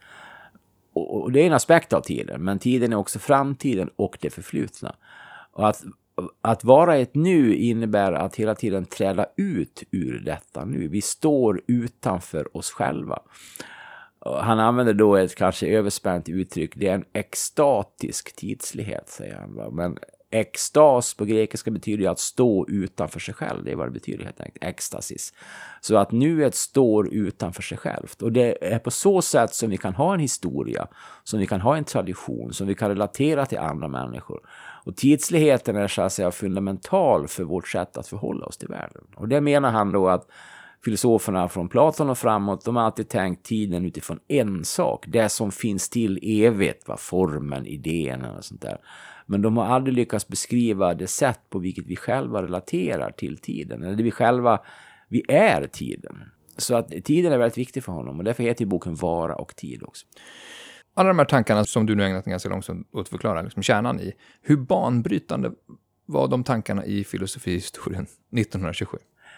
Speaker 2: Och, och det är en aspekt av tiden, men tiden är också framtiden och det förflutna. Och att, att vara ett nu innebär att hela tiden träda ut ur detta nu. Vi står utanför oss själva. Han använder då ett kanske överspänt uttryck. Det är en extatisk tidslighet, säger han. Men extas på grekiska betyder ju att stå utanför sig själv. Det är vad det betyder helt enkelt. Extasis. Så att nuet står utanför sig självt. Och det är på så sätt som vi kan ha en historia. Som vi kan ha en tradition. Som vi kan relatera till andra människor. Och tidsligheten är så att säga fundamental för vårt sätt att förhålla oss till världen. Och det menar han då att filosoferna från Platon och framåt, de har alltid tänkt tiden utifrån en sak. Det som finns till evigt, va? Formen, idén och sånt där. Men de har aldrig lyckats beskriva det sätt på vilket vi själva relaterar till tiden. Eller det vi själva, vi är tiden. Så att tiden är väldigt viktig för honom. Och därför heter boken Vara och tid också.
Speaker 1: Alla de här tankarna som du nu ägnat en ganska lång stund åt att förklara, liksom kärnan i. Hur banbrytande var de tankarna i filosofihistorien nittonhundratjugosju?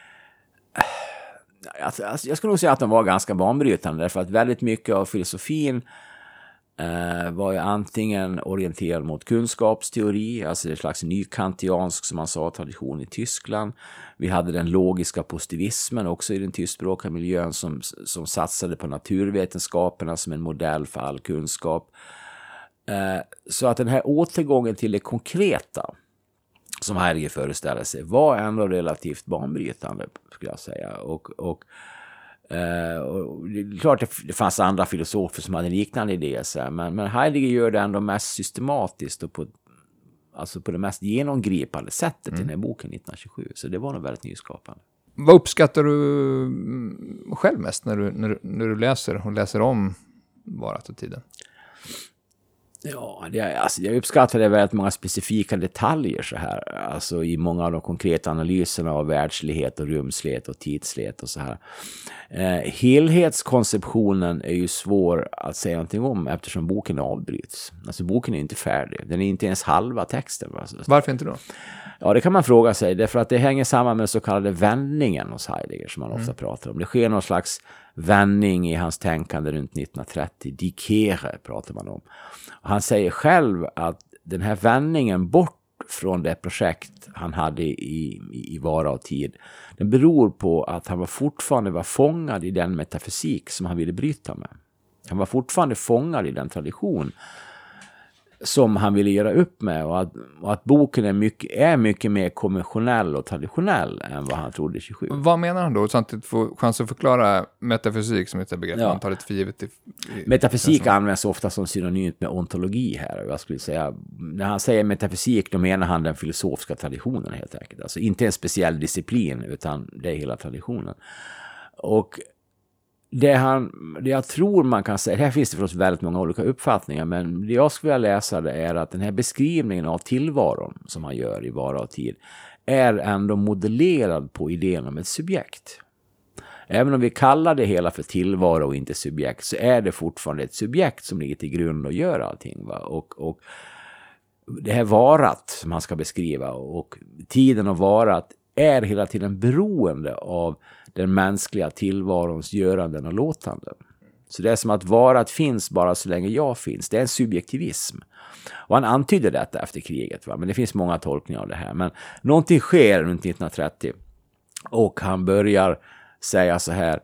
Speaker 2: Alltså, jag skulle nog säga att de var ganska banbrytande. Därför att väldigt mycket av filosofin Uh, var ju antingen orienterad mot kunskapsteori, alltså en slags nykantiansk som man sa tradition i Tyskland. Vi hade den logiska positivismen också i den tyskspråkiga miljön som, som satsade på naturvetenskaperna som en modell för all kunskap. Uh, så att den här återgången till det konkreta som Heidegger föreställer sig var ändå relativt banbrytande, skulle jag säga. Och, och Uh, och det är klart det, det fanns andra filosofer som hade liknande idéer så här, men, men Heidegger gör det ändå mest systematiskt och på, alltså på det mest genomgripande sättet mm. i den här boken nittonhundratjugosju, så det var nog väldigt nyskapande.
Speaker 1: Vad uppskattar du själv mest när du, när, du, när du läser och läser om Varat och tiden?
Speaker 2: Ja, det, alltså, jag uppskattar det väldigt många specifika detaljer så här. Alltså i många av de konkreta analyserna av världslighet och rumslighet och tidslighet och så här. Eh, helhetskonceptionen är ju svår att säga någonting om eftersom boken avbryts. Alltså boken är inte färdig. Den är inte ens halva texten. Alltså.
Speaker 1: Varför inte då?
Speaker 2: Ja, det kan man fråga sig. Därför att det hänger samman med den så kallade vändningen hos Heidegger som man ofta mm. pratar om. Det sker någon slags vändning i hans tänkande runt nittonhundratrettio. Dikere pratar man om. Och han säger själv att den här vändningen bort från det projekt han hade i, i, i Vara och tid, den beror på att han var fortfarande var fångad i den metafysik som han ville bryta med. Han var fortfarande fångad i den tradition som han ville göra upp med, och att, och att boken är mycket, är mycket mer konventionell och traditionell än vad han trodde tjugosju.
Speaker 1: Vad menar han då? Samtidigt får chans att förklara metafysik som ett begrepp. Ja. Man tar det för givet i, i,
Speaker 2: metafysik används ofta som synonymt med ontologi här. Jag skulle säga, när han säger metafysik då menar han den filosofiska traditionen helt enkelt. Alltså inte en speciell disciplin utan det är hela traditionen. Och Det, han, det jag tror man kan säga, här finns det förstås väldigt många olika uppfattningar, men det jag skulle vilja läsa det är att den här beskrivningen av tillvaron som han gör i Vara och tid är ändå modellerad på idén om ett subjekt. Även om vi kallar det hela för tillvaro och inte subjekt så är det fortfarande ett subjekt som ligger till grund och gör allting. Va? Och, och det här varat som han ska beskriva och tiden och varat är hela tiden beroende av den mänskliga tillvarons göranden och låtanden. Så det är som att varat finns bara så länge jag finns. Det är en subjektivism. Och han antyder detta efter kriget. Va? Men det finns många tolkningar av det här. Men någonting sker runt nittonhundratrettio. Och han börjar säga så här.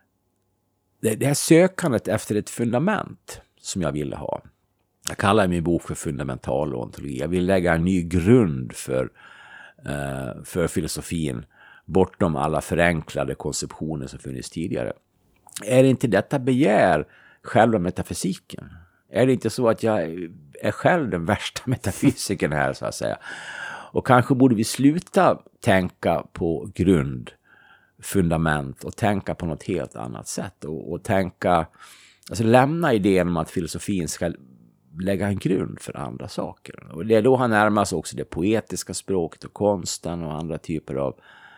Speaker 2: Det, det här sökandet efter ett fundament som jag ville ha. Jag kallar min bok för fundamental ontologi. Jag vill lägga en ny grund för, uh, för filosofin. Bortom alla förenklade konceptioner som funnits tidigare. Är inte detta begär själva metafysiken? Är det inte så att jag är själv den värsta metafysiken här så att säga? Och kanske borde vi sluta tänka på grund, fundament och tänka på något helt annat sätt. Och, och tänka, alltså lämna idén om att filosofin ska lägga en grund för andra saker. Och det är då han närmar sig också det poetiska språket och konsten och andra typer av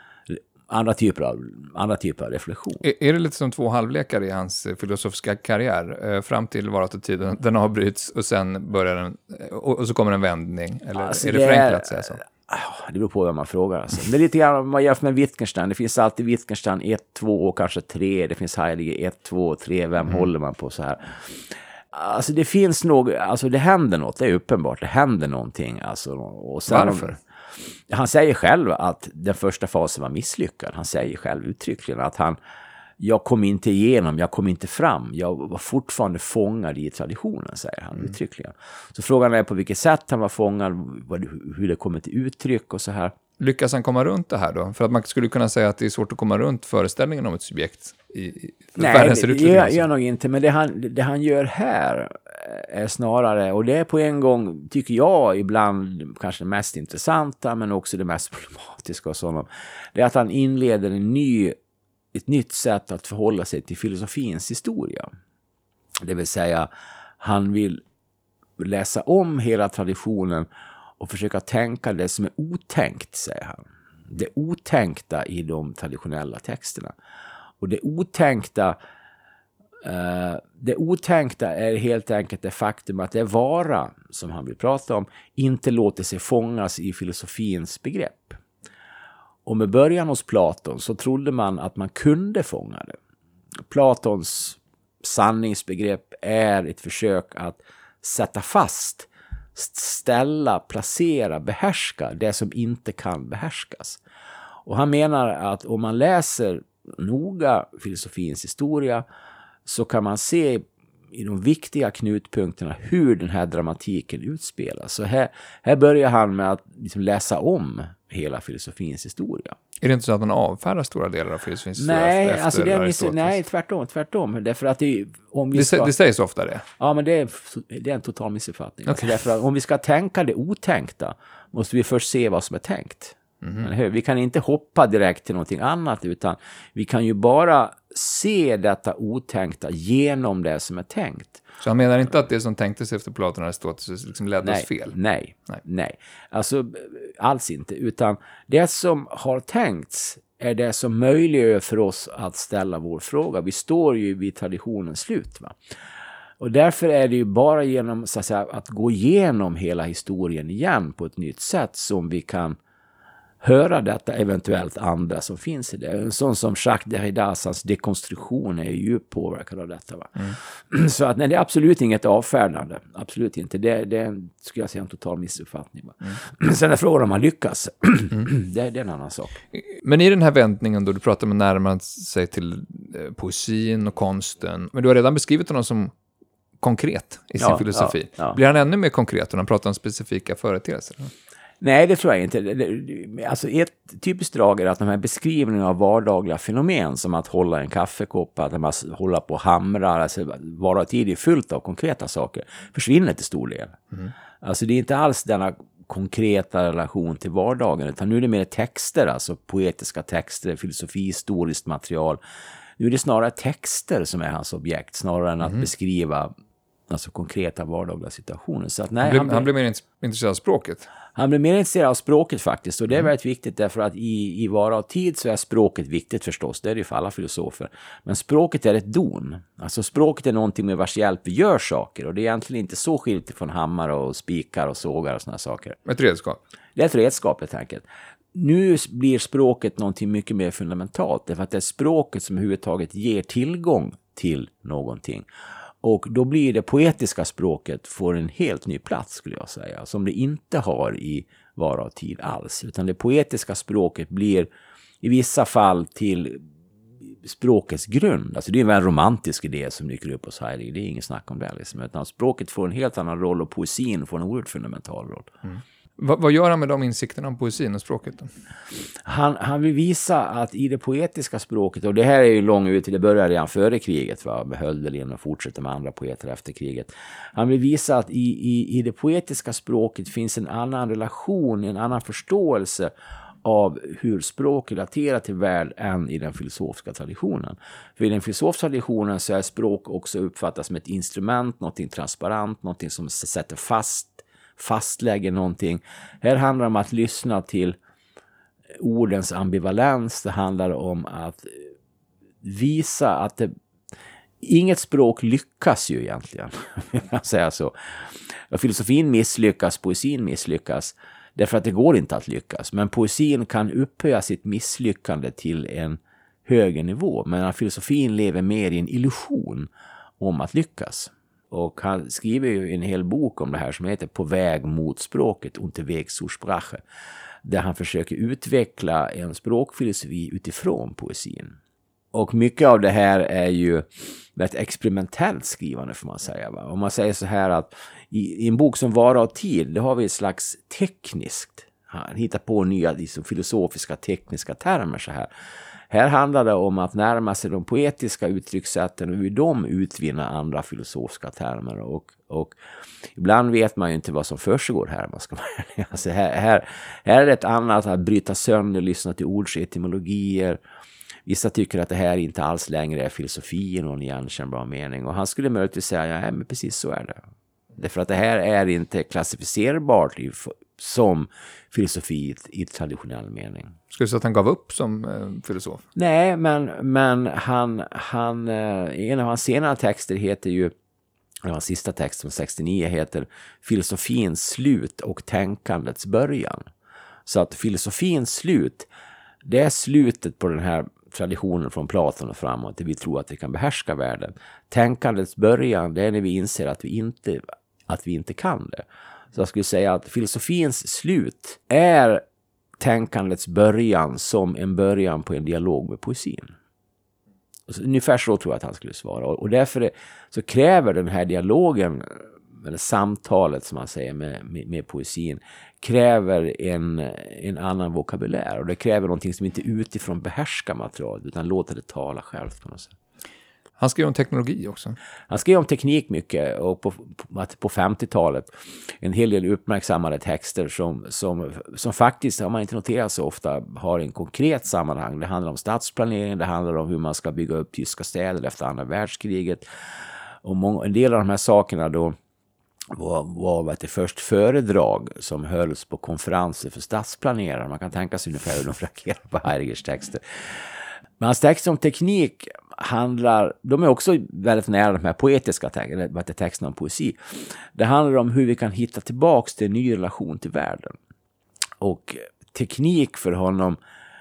Speaker 2: Andra typer av, andra typer av reflektion.
Speaker 1: Är, är det lite som två halvlekar i hans filosofiska karriär? Eh, fram till varatiden, den avbryts och sen börjar den, och, och så kommer en vändning? Eller alltså är det, det förenklat att säga så?
Speaker 2: Det beror på vad man frågar. Alltså. Det är lite grann om man jämför med Wittgenstein. Det finns alltid Wittgenstein ett, två och kanske tre. Det finns Heidegger ett, två och tre. Vem mm. håller man på så här? Alltså det finns nog, alltså det händer något. Det är uppenbart. Det händer någonting. Alltså, och sen,
Speaker 1: varför?
Speaker 2: Han säger själv att den första fasen var misslyckad. Han säger själv uttryckligen att han, jag kom inte igenom, jag kom inte fram. Jag var fortfarande fångad i traditionen, säger han mm. uttryckligen. Så frågan är på vilket sätt han var fångad, hur det kommer till uttryck och så här.
Speaker 1: Lyckas han komma runt det här då? För att man skulle kunna säga att det är svårt att komma runt föreställningen om ett subjekt. I, i,
Speaker 2: Nej, det, det gör, gör nog inte. Men det han, det han gör här är snarare, och det är på en gång, tycker jag, ibland kanske det mest intressanta men också det mest problematiska och sådant. Det är att han inleder en ny, ett nytt sätt att förhålla sig till filosofins historia. Det vill säga, han vill läsa om hela traditionen och försöka tänka det som är otänkt, säger han. Det otänkta i de traditionella texterna. Och det otänkta, uh, det otänkta är helt enkelt det faktum att det vara, som han vill prata om, inte låter sig fångas i filosofins begrepp. Och med början hos Platon så trodde man att man kunde fånga det. Platons sanningsbegrepp är ett försök att sätta fast, ställa, placera, behärska det som inte kan behärskas. Och han menar att om man läser noga filosofins historia så kan man se i de viktiga knutpunkterna hur den här dramatiken utspelas. Så här, här börjar han med att liksom läsa om hela filosofins historia.
Speaker 1: Är det inte så att man avfärdar stora delar av filosofins historia?
Speaker 2: Nej,
Speaker 1: efter
Speaker 2: alltså det är miss- nej tvärtom, tvärtom. Därför att det, om vi ska,
Speaker 1: det, det sägs ofta det.
Speaker 2: Ja, men det är, det är en total missuppfattning.
Speaker 1: Okay.
Speaker 2: Alltså därför att om vi ska tänka det otänkta måste vi först se vad som är tänkt. Mm-hmm. Vi kan inte hoppa direkt till någonting annat, utan vi kan ju bara se detta otänkta genom det som är tänkt.
Speaker 1: Så han menar inte att det som tänktes efter Platon och Aristoteles liksom ledde
Speaker 2: nej,
Speaker 1: oss fel?
Speaker 2: Nej, nej, nej. Alltså alls inte. Utan det som har tänkts är det som möjliggör för oss att ställa vår fråga. Vi står ju vid traditionens slut, va? Och därför är det ju bara genom så att säga, att gå igenom hela historien igen på ett nytt sätt som vi kan höra detta eventuellt andra som finns i det. En sån som Jacques Derridas, hans dekonstruktion är ju påverkad av detta. Va? Mm. Så att nej, det är absolut inget avfärdande. Absolut inte. Det, det är, skulle jag säga, en total missuppfattning. Va? Mm. Sen är frågan om man lyckas. Mm. det, det är en annan sak.
Speaker 1: Men i den här vändningen då du pratar med närmare sig till eh, poesin och konsten. Men du har redan beskrivit honom som konkret i sin
Speaker 2: ja,
Speaker 1: filosofi.
Speaker 2: Ja, ja.
Speaker 1: Blir han ännu mer konkret när han pratar om specifika företeelser?
Speaker 2: Nej, det tror jag inte. Alltså ett typiskt drag är att de här beskrivningarna av vardagliga fenomen som att hålla en kaffekopp, att man håller på och hamrar, alltså vara tid är fullt av konkreta saker, försvinner till stor del. Mm. Alltså det är inte alls denna konkreta relation till vardagen, utan nu är det mer texter, alltså poetiska texter, filosofi, historiskt material. Nu är det snarare texter som är hans objekt, snarare än att mm. beskriva alltså konkreta vardagliga situationer. Så att, nej,
Speaker 1: han, blev,
Speaker 2: han, blev,
Speaker 1: han blev mer intresserad av språket.
Speaker 2: Han blev mer intresserad av språket faktiskt. Och det är
Speaker 1: Mm.
Speaker 2: väldigt viktigt därför att i, i Vara och tid så är språket viktigt förstås. Det är det ju för alla filosofer. Men språket är ett don. Alltså språket är någonting med vars hjälp vi gör saker. Och det är egentligen inte så skilt från hammar och spikar och sågar och såna saker.
Speaker 1: Ett redskap.
Speaker 2: Det är ett redskap helt enkelt. Nu blir språket någonting mycket mer fundamentalt. Därför att det är språket som överhuvudtaget ger tillgång till någonting. Och då blir det poetiska språket får en helt ny plats skulle jag säga. Som det inte har i Vara och tid alls. Utan det poetiska språket blir i vissa fall till språkets grund. Alltså det är en romantisk idé som dyker upp hos Heidegger. Det är ingen snack om det. Liksom. Utan språket får en helt annan roll och poesin får en oerhört fundamental roll.
Speaker 1: Mm. Va, vad gör han med de insikterna om poesin och språket då?
Speaker 2: Han, han vill visa att i det poetiska språket, och det här är ju långt ut till det började redan före kriget, va, med Hölderlin och fortsätter med andra poeter efter kriget. Han vill visa att i, i, i det poetiska språket finns en annan relation, en annan förståelse av hur språk relaterar till värld än i den filosofiska traditionen. För i den filosofiska traditionen så är språk också uppfattas som ett instrument, någonting transparent, någonting som sätter fast fastlägger någonting. Här handlar det om att lyssna till ordens ambivalens. Det handlar om att visa att det, inget språk lyckas ju egentligen. Jag säger så. Filosofin misslyckas, poesin misslyckas. Därför att det går inte att lyckas. Men poesin kan upphöja sitt misslyckande till en högre nivå. Men filosofin lever mer i en illusion om att lyckas. Och han skriver ju en hel bok om det här som heter På väg mot språket, Unterweg zur Sprache. Där han försöker utveckla en språkfilosofi utifrån poesin. Och mycket av det här är ju ett experimentellt skrivande får man säga. Va? Om man säger så här att i, i en bok som Vara och tid, det har vi ett slags tekniskt. Han hittar på nya liksom, filosofiska tekniska termer så här. Här handlar det om att närma sig de poetiska uttryckssätten och hur de utvinner andra filosofiska termer. Och, och ibland vet man ju inte vad som försiggår här. Man ska, alltså här, här, här är det ett annat att bryta sönder, lyssna till ords etymologier. Vissa tycker att det här inte alls längre är filosofi i någon igenkännbar mening. Och han skulle möjligtvis säga, ja men precis så är det. Därför att det här är inte klassificerbart i, som filosofi i traditionell mening.
Speaker 1: Skulle du säga att han gav upp som eh, filosof?
Speaker 2: Nej, men, men han, han, eh, en av hans senare texter heter ju, hans sista text från sextionio heter Filosofins slut och tänkandets början. Så att filosofins slut, det är slutet på den här traditionen från Platon och framåt, där vi tror att vi kan behärska världen. Tänkandets början, det är när vi inser att vi inte, att vi inte kan det. Så jag skulle säga att filosofins slut är tänkandets början som en början på en dialog med poesin. Så ungefär så tror jag att han skulle svara. Och därför är, så kräver den här dialogen, eller samtalet som man säger med, med, med poesin, kräver en, en annan vokabulär. Och det kräver någonting som inte utifrån behärskar materialet utan låter det tala självt på något sätt.
Speaker 1: Han skrev om teknologi också.
Speaker 2: Han skrev om teknik mycket och på, på, på femtiotalet en hel del uppmärksammade texter som, som, som faktiskt, har man inte noterat så ofta, har en konkret sammanhang. Det handlar om stadsplanering, det handlar om hur man ska bygga upp tyska städer efter andra världskriget. Och många, en del av de här sakerna då var, var vet du, först föredrag som hölls på konferenser för stadsplanerare. Man kan tänka sig ungefär hur de reagerar på Heideggers texter. Men hans texter om teknik handlar, de är också väldigt nära de här poetiska texterna, texterna om poesi. Det handlar om hur vi kan hitta tillbaks till en ny relation till världen. Och teknik för honom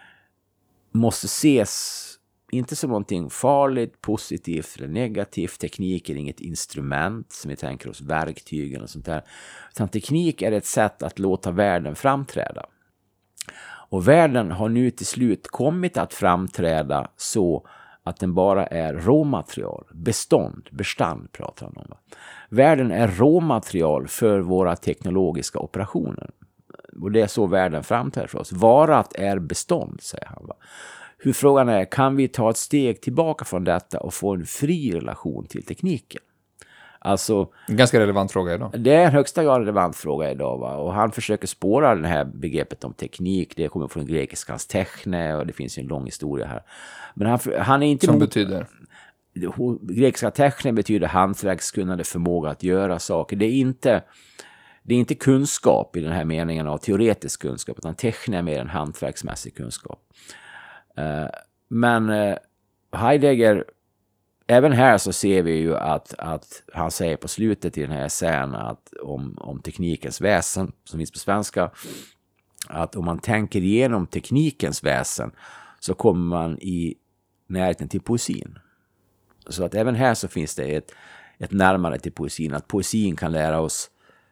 Speaker 2: måste ses inte som någonting farligt, positivt eller negativt. Teknik är inget instrument som vi tänker oss, verktygen och sånt där. Utan teknik är ett sätt att låta världen framträda. Och världen har nu till slut kommit att framträda så att den bara är råmaterial, bestånd, bestand pratar han om. Va? Världen är råmaterial för våra teknologiska operationer. Och det är så världen framträder för oss. Varat är bestånd, säger han. Va? Hur frågan är, kan vi ta ett steg tillbaka från detta och få en fri relation till tekniken? Alltså,
Speaker 1: en ganska relevant fråga idag.
Speaker 2: Det är en högsta grad relevant fråga idag. Va? Och han försöker spåra det här begreppet om teknik. Det kommer från grekiskans techne och det finns ju en lång historia här. Men han, han är inte
Speaker 1: Som
Speaker 2: mot,
Speaker 1: betyder?
Speaker 2: grekiska techne betyder hantverkskunnande, förmåga att göra saker. Det är inte, det är inte kunskap i den här meningen av teoretisk kunskap, utan techne är mer en hantverksmässig kunskap. Uh, men uh, Heidegger, även här så ser vi ju att, att han säger på slutet i den här essän att om, om teknikens väsen, som finns på svenska, att om man tänker igenom teknikens väsen så kommer man i närheten till poesin. Så att även här så finns det ett, ett närmare till poesin, att poesin kan lära oss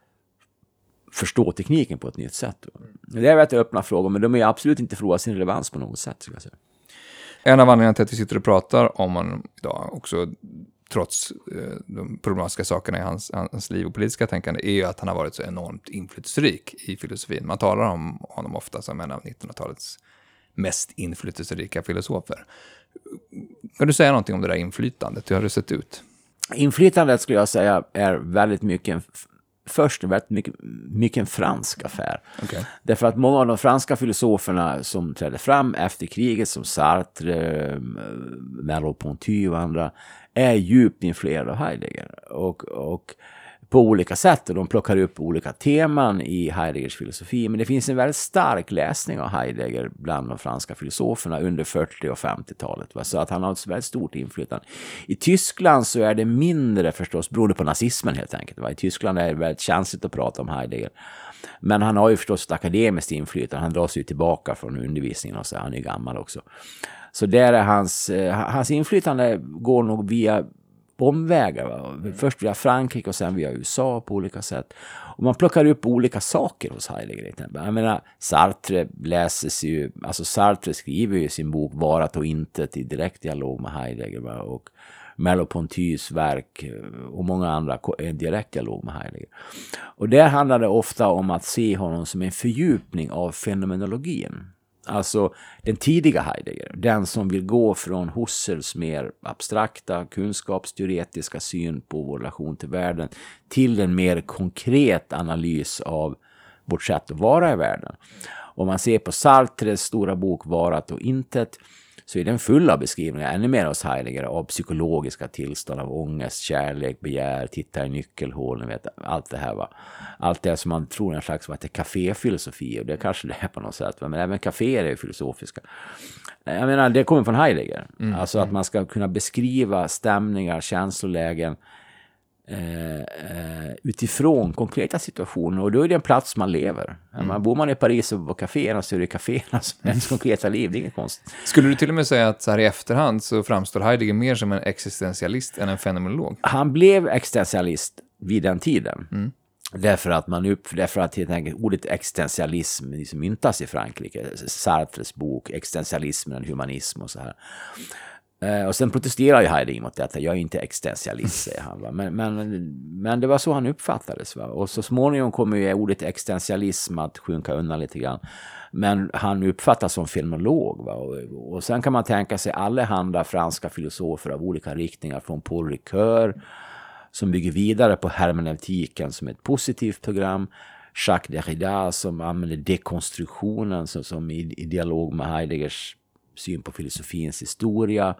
Speaker 2: förstå tekniken på ett nytt sätt. Det är rätt öppna frågor, men de är absolut inte fråga sin relevans på något sätt, ska jag säga.
Speaker 1: En av anledningarna till att vi sitter och pratar om honom idag, också trots eh, de problematiska sakerna i hans, hans liv och politiska tänkande, är ju att han har varit så enormt inflytelserik i filosofin. Man talar om honom ofta som en av nittonhundratalets mest inflytelserika filosofer. Kan du säga någonting om det där inflytandet? Hur har det sett ut?
Speaker 2: Inflytandet skulle jag säga är väldigt mycket en, först väldigt mycket, mycket en fransk affär.
Speaker 1: Okay.
Speaker 2: Därför att många av de franska filosoferna som trädde fram efter kriget, som Sartre, Merleau-Ponty och andra, är djupt influerade av Heidegger. Och, och på olika sätt, och de plockar upp olika teman i Heideggers filosofi, men det finns en väldigt stark läsning av Heidegger bland de franska filosoferna under fyrtio- och femtiotalet, va? Så att han har ett väldigt stort inflytande. I Tyskland så är det mindre förstås, beroende på nazismen helt enkelt, va? I Tyskland är det väldigt känsligt att prata om Heidegger, men han har ju förstås ett akademiskt inflytande, han drar sig tillbaka från undervisningen och så han är gammal också. Så där är hans, hans inflytande går nog via omvägar. Va? Först via Frankrike och sen via U S A på olika sätt. Och man plockar upp olika saker hos Heidegger. Jag menar, Sartre läses ju, alltså Sartre skriver ju sin bok Varat och intet i direkt dialog med Heidegger. Va? Och Merleau-Pontys verk och många andra en direkt dialog med Heidegger. Och där handlar det ofta om att se honom som en fördjupning av fenomenologin. Alltså den tidiga Heidegger, den som vill gå från Husserls mer abstrakta, kunskapsteoretiska syn på vår relation till världen till en mer konkret analys av vårt sätt att vara i världen. Om man ser på Sartres stora bok Varat och intet, så är den full av beskrivningar, ännu mer hos Heidegger, av psykologiska tillstånd, av ångest, kärlek, begär, titta i nyckelhål, ni vet, allt det här, va. Allt det som man tror en slags vad det är kaféfilosofi, och det kanske det är på något sätt, va? Men även kaféer är filosofiska. Jag menar, det kommer från Heidegger. Mm. Alltså att man ska kunna beskriva stämningar, känslolägen eh, eh, utifrån konkreta situationer, och då är det en plats man lever. Mm. Man, bor man i Paris och på kaféerna, så är det kaféerna som är ens konkreta liv, det är inget konstigt.
Speaker 1: Skulle du till och med säga att så här i efterhand så framstår Heidegger mer som en existentialist än en fenomenolog? Han
Speaker 2: blev existentialist vid den tiden.
Speaker 1: Mm.
Speaker 2: Därför att man upp, därför att helt enkelt ordet existentialism liksom myntas i Frankrike. Sartres bok Existentialismen, humanism och så här. Eh, och sen protesterar ju Heidegger mot detta. Jag är inte existentialist, säger han. Va? Men, men, men det var så han uppfattades. Va? Och så småningom kommer ju ordet existentialism att sjunka undan lite grann. Men han uppfattas som fenomenolog. Va? Och, och sen kan man tänka sig alla andra franska filosofer av olika riktningar, från Paul Ricoeur, som bygger vidare på hermeneutiken som ett positivt program, Jacques Derrida som använder dekonstruktionen som, som i, i dialog med Heideggers syn på filosofins historia.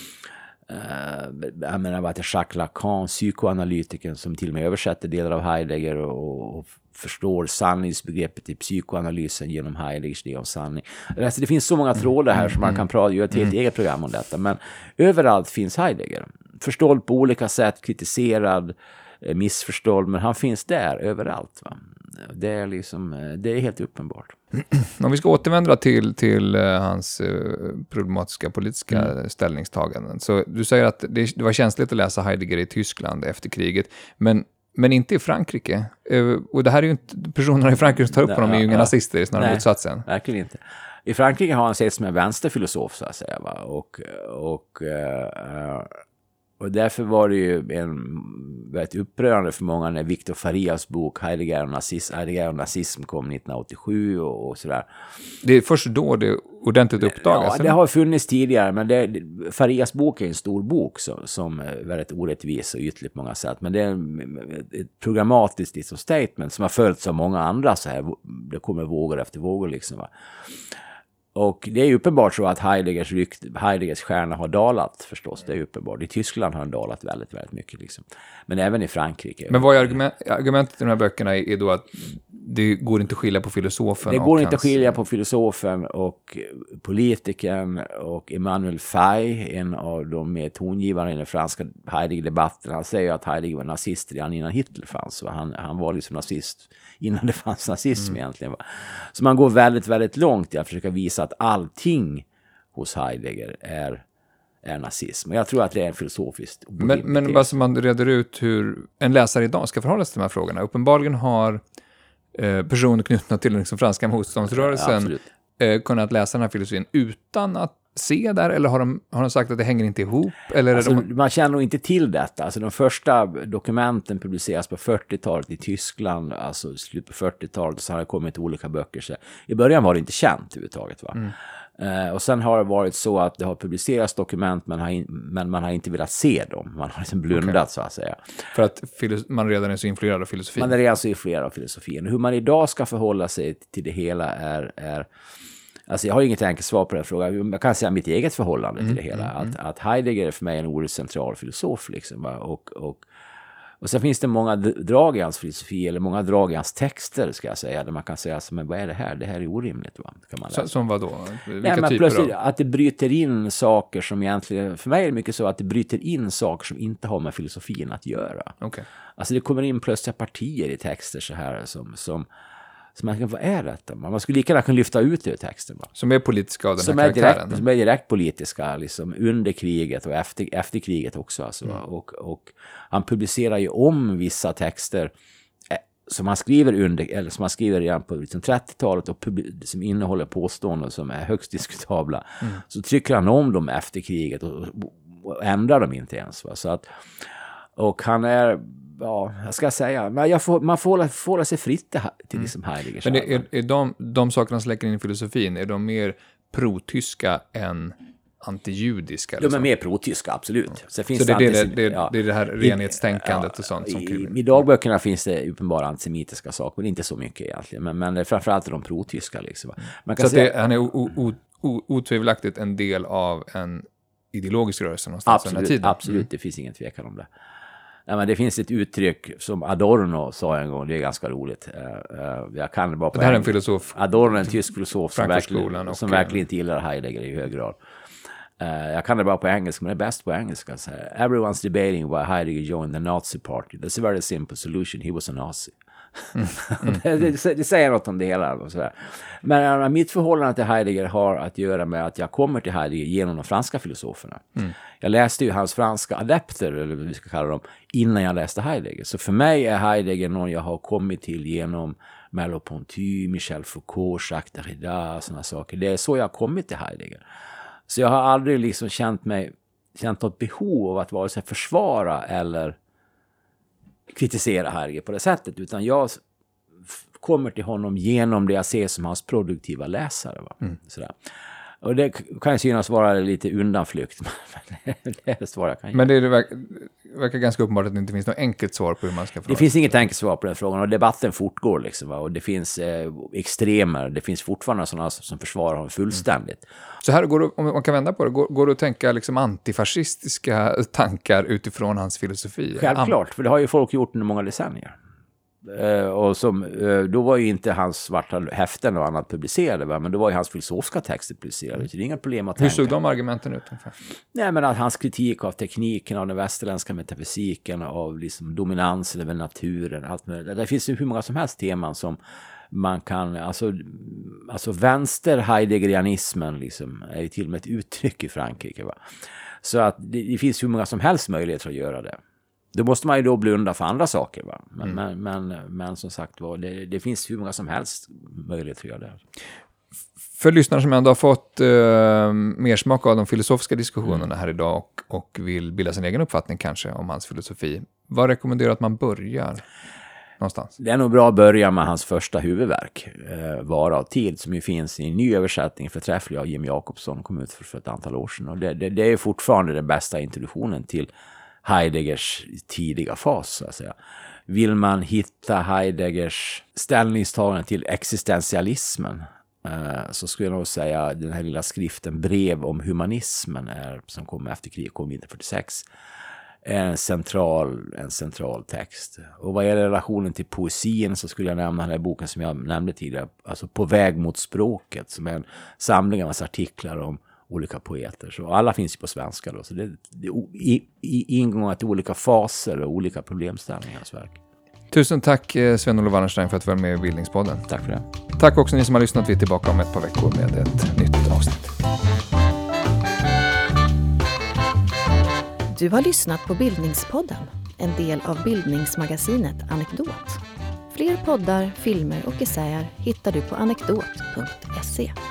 Speaker 2: Uh, jag menar vad det Jacques Lacan, psykoanalytiken, som till och med översätter delar av Heidegger och, och förstår sanningsbegreppet i psykoanalysen genom Heideggers idé om sanning. Alltså, det finns så många trådar här som man kan prata, göra ett helt eget program om detta, men överallt finns Heidegger. Förstådd på olika sätt, kritiserad, missförstådd, men han finns där överallt. Va? Det är liksom, det är helt uppenbart.
Speaker 1: Om vi ska återvända till, till uh, hans uh, problematiska politiska mm. ställningstaganden. Så du säger att det, det var känsligt att läsa Heidegger i Tyskland efter kriget, men, men inte i Frankrike. Uh, och det här är ju inte, personerna i Frankrike som tar upp honom är ju inga ja, nazister, snarare
Speaker 2: nej,
Speaker 1: motsatsen.
Speaker 2: Verkligen inte. I Frankrike har han sett som en vänsterfilosof, så att säga. Va? Och, och uh, Och därför var det ju en väldigt upprörande för många när Victor Farias bok Heidegger och nazism, Heidegger och nazism kom nittonhundraåttiosju och, och sådär.
Speaker 1: Det är först då det ordentligt uppdagas?
Speaker 2: Ja, det har funnits tidigare, men det, Farias bok är en stor bok som, som är väldigt orättvis och ytligt på många sätt. Men det är ett programmatiskt liksom, statement som har följts av många andra så här. Det kommer vågor efter vågor liksom, va. Och det är ju uppenbart så att Heideggers, rykt, Heideggers stjärna har dalat förstås. Det är ju uppenbart. I Tyskland har den dalat väldigt, väldigt mycket. Liksom. Men även i Frankrike.
Speaker 1: Men vad är argument, argumentet i de här böckerna är då att det går inte att skilja på filosofen.
Speaker 2: Det går inte
Speaker 1: hans...
Speaker 2: att skilja på filosofen och politikern och Emmanuel Faye, en av de mer tongivande i den franska Heidegger-debatten. Han säger att Heidegger var nazist redan innan Hitler fanns. Han, han var liksom nazist innan det fanns nazism mm. egentligen. Så man går väldigt, väldigt långt i att försöka visa att allting hos Heidegger är, är nazism. Och jag tror att det är en filosofiskt
Speaker 1: Men, men bara så man reder ut hur en läsare idag ska förhålla sig till de här frågorna. Uppenbarligen har eh, personer knutna till den liksom franska motståndsrörelsen ja, eh, kunnat läsa den här filosofin utan att se där, eller har de, har de sagt att det hänger inte ihop? Eller
Speaker 2: alltså,
Speaker 1: de...
Speaker 2: Man känner nog inte till detta. Alltså, de första dokumenten publiceras på fyrtiotalet i Tyskland, alltså slut på fyrtiotalet, och så har det kommit olika böcker. Så i början var det inte känt överhuvudtaget. Va? Mm. Uh, och sen har det varit så att det har publicerats dokument, men, har in, men man har inte velat se dem. Man har liksom blundat okay. så att säga.
Speaker 1: För att filos- man redan är så influerad av filosofin?
Speaker 2: Man är redan så influerad av filosofin. Hur man idag ska förhålla sig till det hela är... är Alltså jag har inget enkelt svar på den frågan. Jag kan säga mitt eget förhållande mm, till det hela. Mm, att, att Heidegger är för mig en oerhört central filosof. Liksom, och, och, och sen finns det många drag i hans filosofi, eller många drag i hans texter, ska jag säga. Där man kan säga, men vad är det här? Det här är orimligt. Va? Kan man läsa.
Speaker 1: Som vad då? Vilka
Speaker 2: Nej, men
Speaker 1: typer
Speaker 2: plötsligt,
Speaker 1: av?
Speaker 2: att det bryter in saker som egentligen... För mig är det mycket så att det bryter in saker som inte har med filosofin att göra.
Speaker 1: Okay.
Speaker 2: Alltså det kommer in plötsliga partier i texter så här som... som Så man kan, vad är detta? Man skulle lika gärna kunna lyfta ut det ur texten. Va?
Speaker 1: Som är politiska av den
Speaker 2: som
Speaker 1: här
Speaker 2: är
Speaker 1: karaktären.
Speaker 2: Direkt, som är direkt politiska, liksom, under kriget och efter, efter kriget också. Alltså, mm. och, och han publicerar ju om vissa texter eh, som han skriver under, eller som han skriver redan på liksom, trettiotalet och publi- som innehåller påståenden som är högst diskutabla. Mm. Så trycker han om dem efter kriget och, och ändrar dem inte ens. Va? Så att, och han är... Ja, jag ska säga. Men jag får, man får hålla, får hålla sig fritt till mm. liksom Heidegger.
Speaker 1: Men är, är de, de sakerna som släcker in i filosofin, är de mer pro-tyska än antijudiska?
Speaker 2: De är mer pro-tyska, absolut.
Speaker 1: Så, finns så det, det, det, det, ja. det är det här renhetstänkandet ja, och sånt som
Speaker 2: i, I dagböckerna finns det uppenbara antisemitiska saker, men inte så mycket egentligen. Men, men framförallt är de pro-tyska. Liksom. Man kan
Speaker 1: så
Speaker 2: säga,
Speaker 1: det, han är o, o, o, otvivelaktigt en del av en ideologisk rörelse någonstans
Speaker 2: absolut,
Speaker 1: den här tiden.
Speaker 2: Absolut, mm. det finns ingen tvekan om det. Ja, men det finns ett uttryck som Adorno sa en gång, det är ganska roligt. Uh, uh, jag kan det bara på
Speaker 1: det här är en filosof.
Speaker 2: Adorno är en tysk filosof som verkligen,
Speaker 1: och,
Speaker 2: som verkligen inte gillar Heidegger i hög grad. Uh, jag kan det bara på engelska, men det är bäst på engelska. Så här, everyone's debating why Heidegger joined the Nazi party. That's a very simple solution. He was a Nazi. Mm. Mm. det, det, det säger något om det hela. Och så där. Men uh, mitt förhållande till Heidegger har att göra med att jag kommer till Heidegger genom de franska filosoferna. Mm. Jag läste ju hans franska adepter, eller vad vi ska kalla dem, innan jag läste Heidegger. Så för mig är Heidegger någon jag har kommit till genom Merleau-Ponty, Michel Foucault, Jacques Derrida, sådana saker. Det är så jag har kommit till Heidegger. Så jag har aldrig liksom känt mig, känt något behov av att vare sig försvara eller kritisera Heidegger på det sättet, utan jag kommer till honom genom det jag ser som hans produktiva läsare. Va? Mm. Sådär. Och det kan synas vara lite undanflykt. Men det är svar jag kan ge.
Speaker 1: Men det, är, det verkar, verkar ganska uppenbart att det inte finns något enkelt svar på hur man ska förhålla.
Speaker 2: Det finns inget enkelt svar på den frågan. Och debatten fortgår liksom. Va? Och det finns eh, extremer. Det finns fortfarande sådana som försvarar honom fullständigt. Mm.
Speaker 1: Så här går det, om man kan vända på det, går, går det att tänka liksom antifascistiska tankar utifrån hans filosofi?
Speaker 2: Självklart, för det har ju folk gjort under många decennier. Uh, och som, uh, då var ju inte hans svarta häften och annat publicerade, va? Men då var ju hans filosofiska texter publicerade. Så det är inga problem att
Speaker 1: Hur
Speaker 2: tänka.
Speaker 1: såg de argumenten ut? Ungefär?
Speaker 2: Nej, men att hans kritik av tekniken, av den västerländska metafysiken, av liksom dominansen över naturen, allt med, det finns ju hur många som helst teman som man kan, alltså, alltså vänster heideggerianismen liksom, är ju till och med ett uttryck i Frankrike. Va? Så att det, det finns hur många som helst möjligheter att göra det. Då måste man ju då blunda för andra saker. Va? Men, mm. men, men, men som sagt var, det, det finns hur många som helst möjligheter att göra det.
Speaker 1: För lyssnare som ändå har fått uh, mer smak av de filosofiska diskussionerna mm. här idag och, och vill bilda sin egen uppfattning kanske om hans filosofi. Vad rekommenderar att man börjar någonstans?
Speaker 2: Det är nog bra att börja med hans första huvudverk, eh, Vara av tid, som ju finns i en ny översättning förträfflig av Jim Jakobsson, kom ut för, för ett antal år sedan. Och det, det, det är fortfarande den bästa introduktionen till Heideggers tidiga fas, så att säga. Vill man hitta Heideggers ställningstagande till existentialismen, så skulle jag nog säga den här lilla skriften Brev om humanismen är, som kom efter kriget, kom nitton fyrtiosex, är en central, en central text. Och vad gäller relationen till poesin så skulle jag nämna den här boken som jag nämnde tidigare, alltså På väg mot språket, som är en samling av massa artiklar om olika poeter. Så alla finns ju på svenska då, så det är i, i ingångar till olika faser och olika problemställningar i hans verk.
Speaker 1: Tusen tack Sven-Olof Wallenstein för att du var med i Bildningspodden.
Speaker 2: Tack för det.
Speaker 1: Tack också ni som har lyssnat. Vi är tillbaka om ett par veckor med ett nytt avsnitt.
Speaker 3: Du har lyssnat på Bildningspodden, en del av bildningsmagasinet Anekdot. Fler poddar, filmer och essäer hittar du på anekdot punkt se.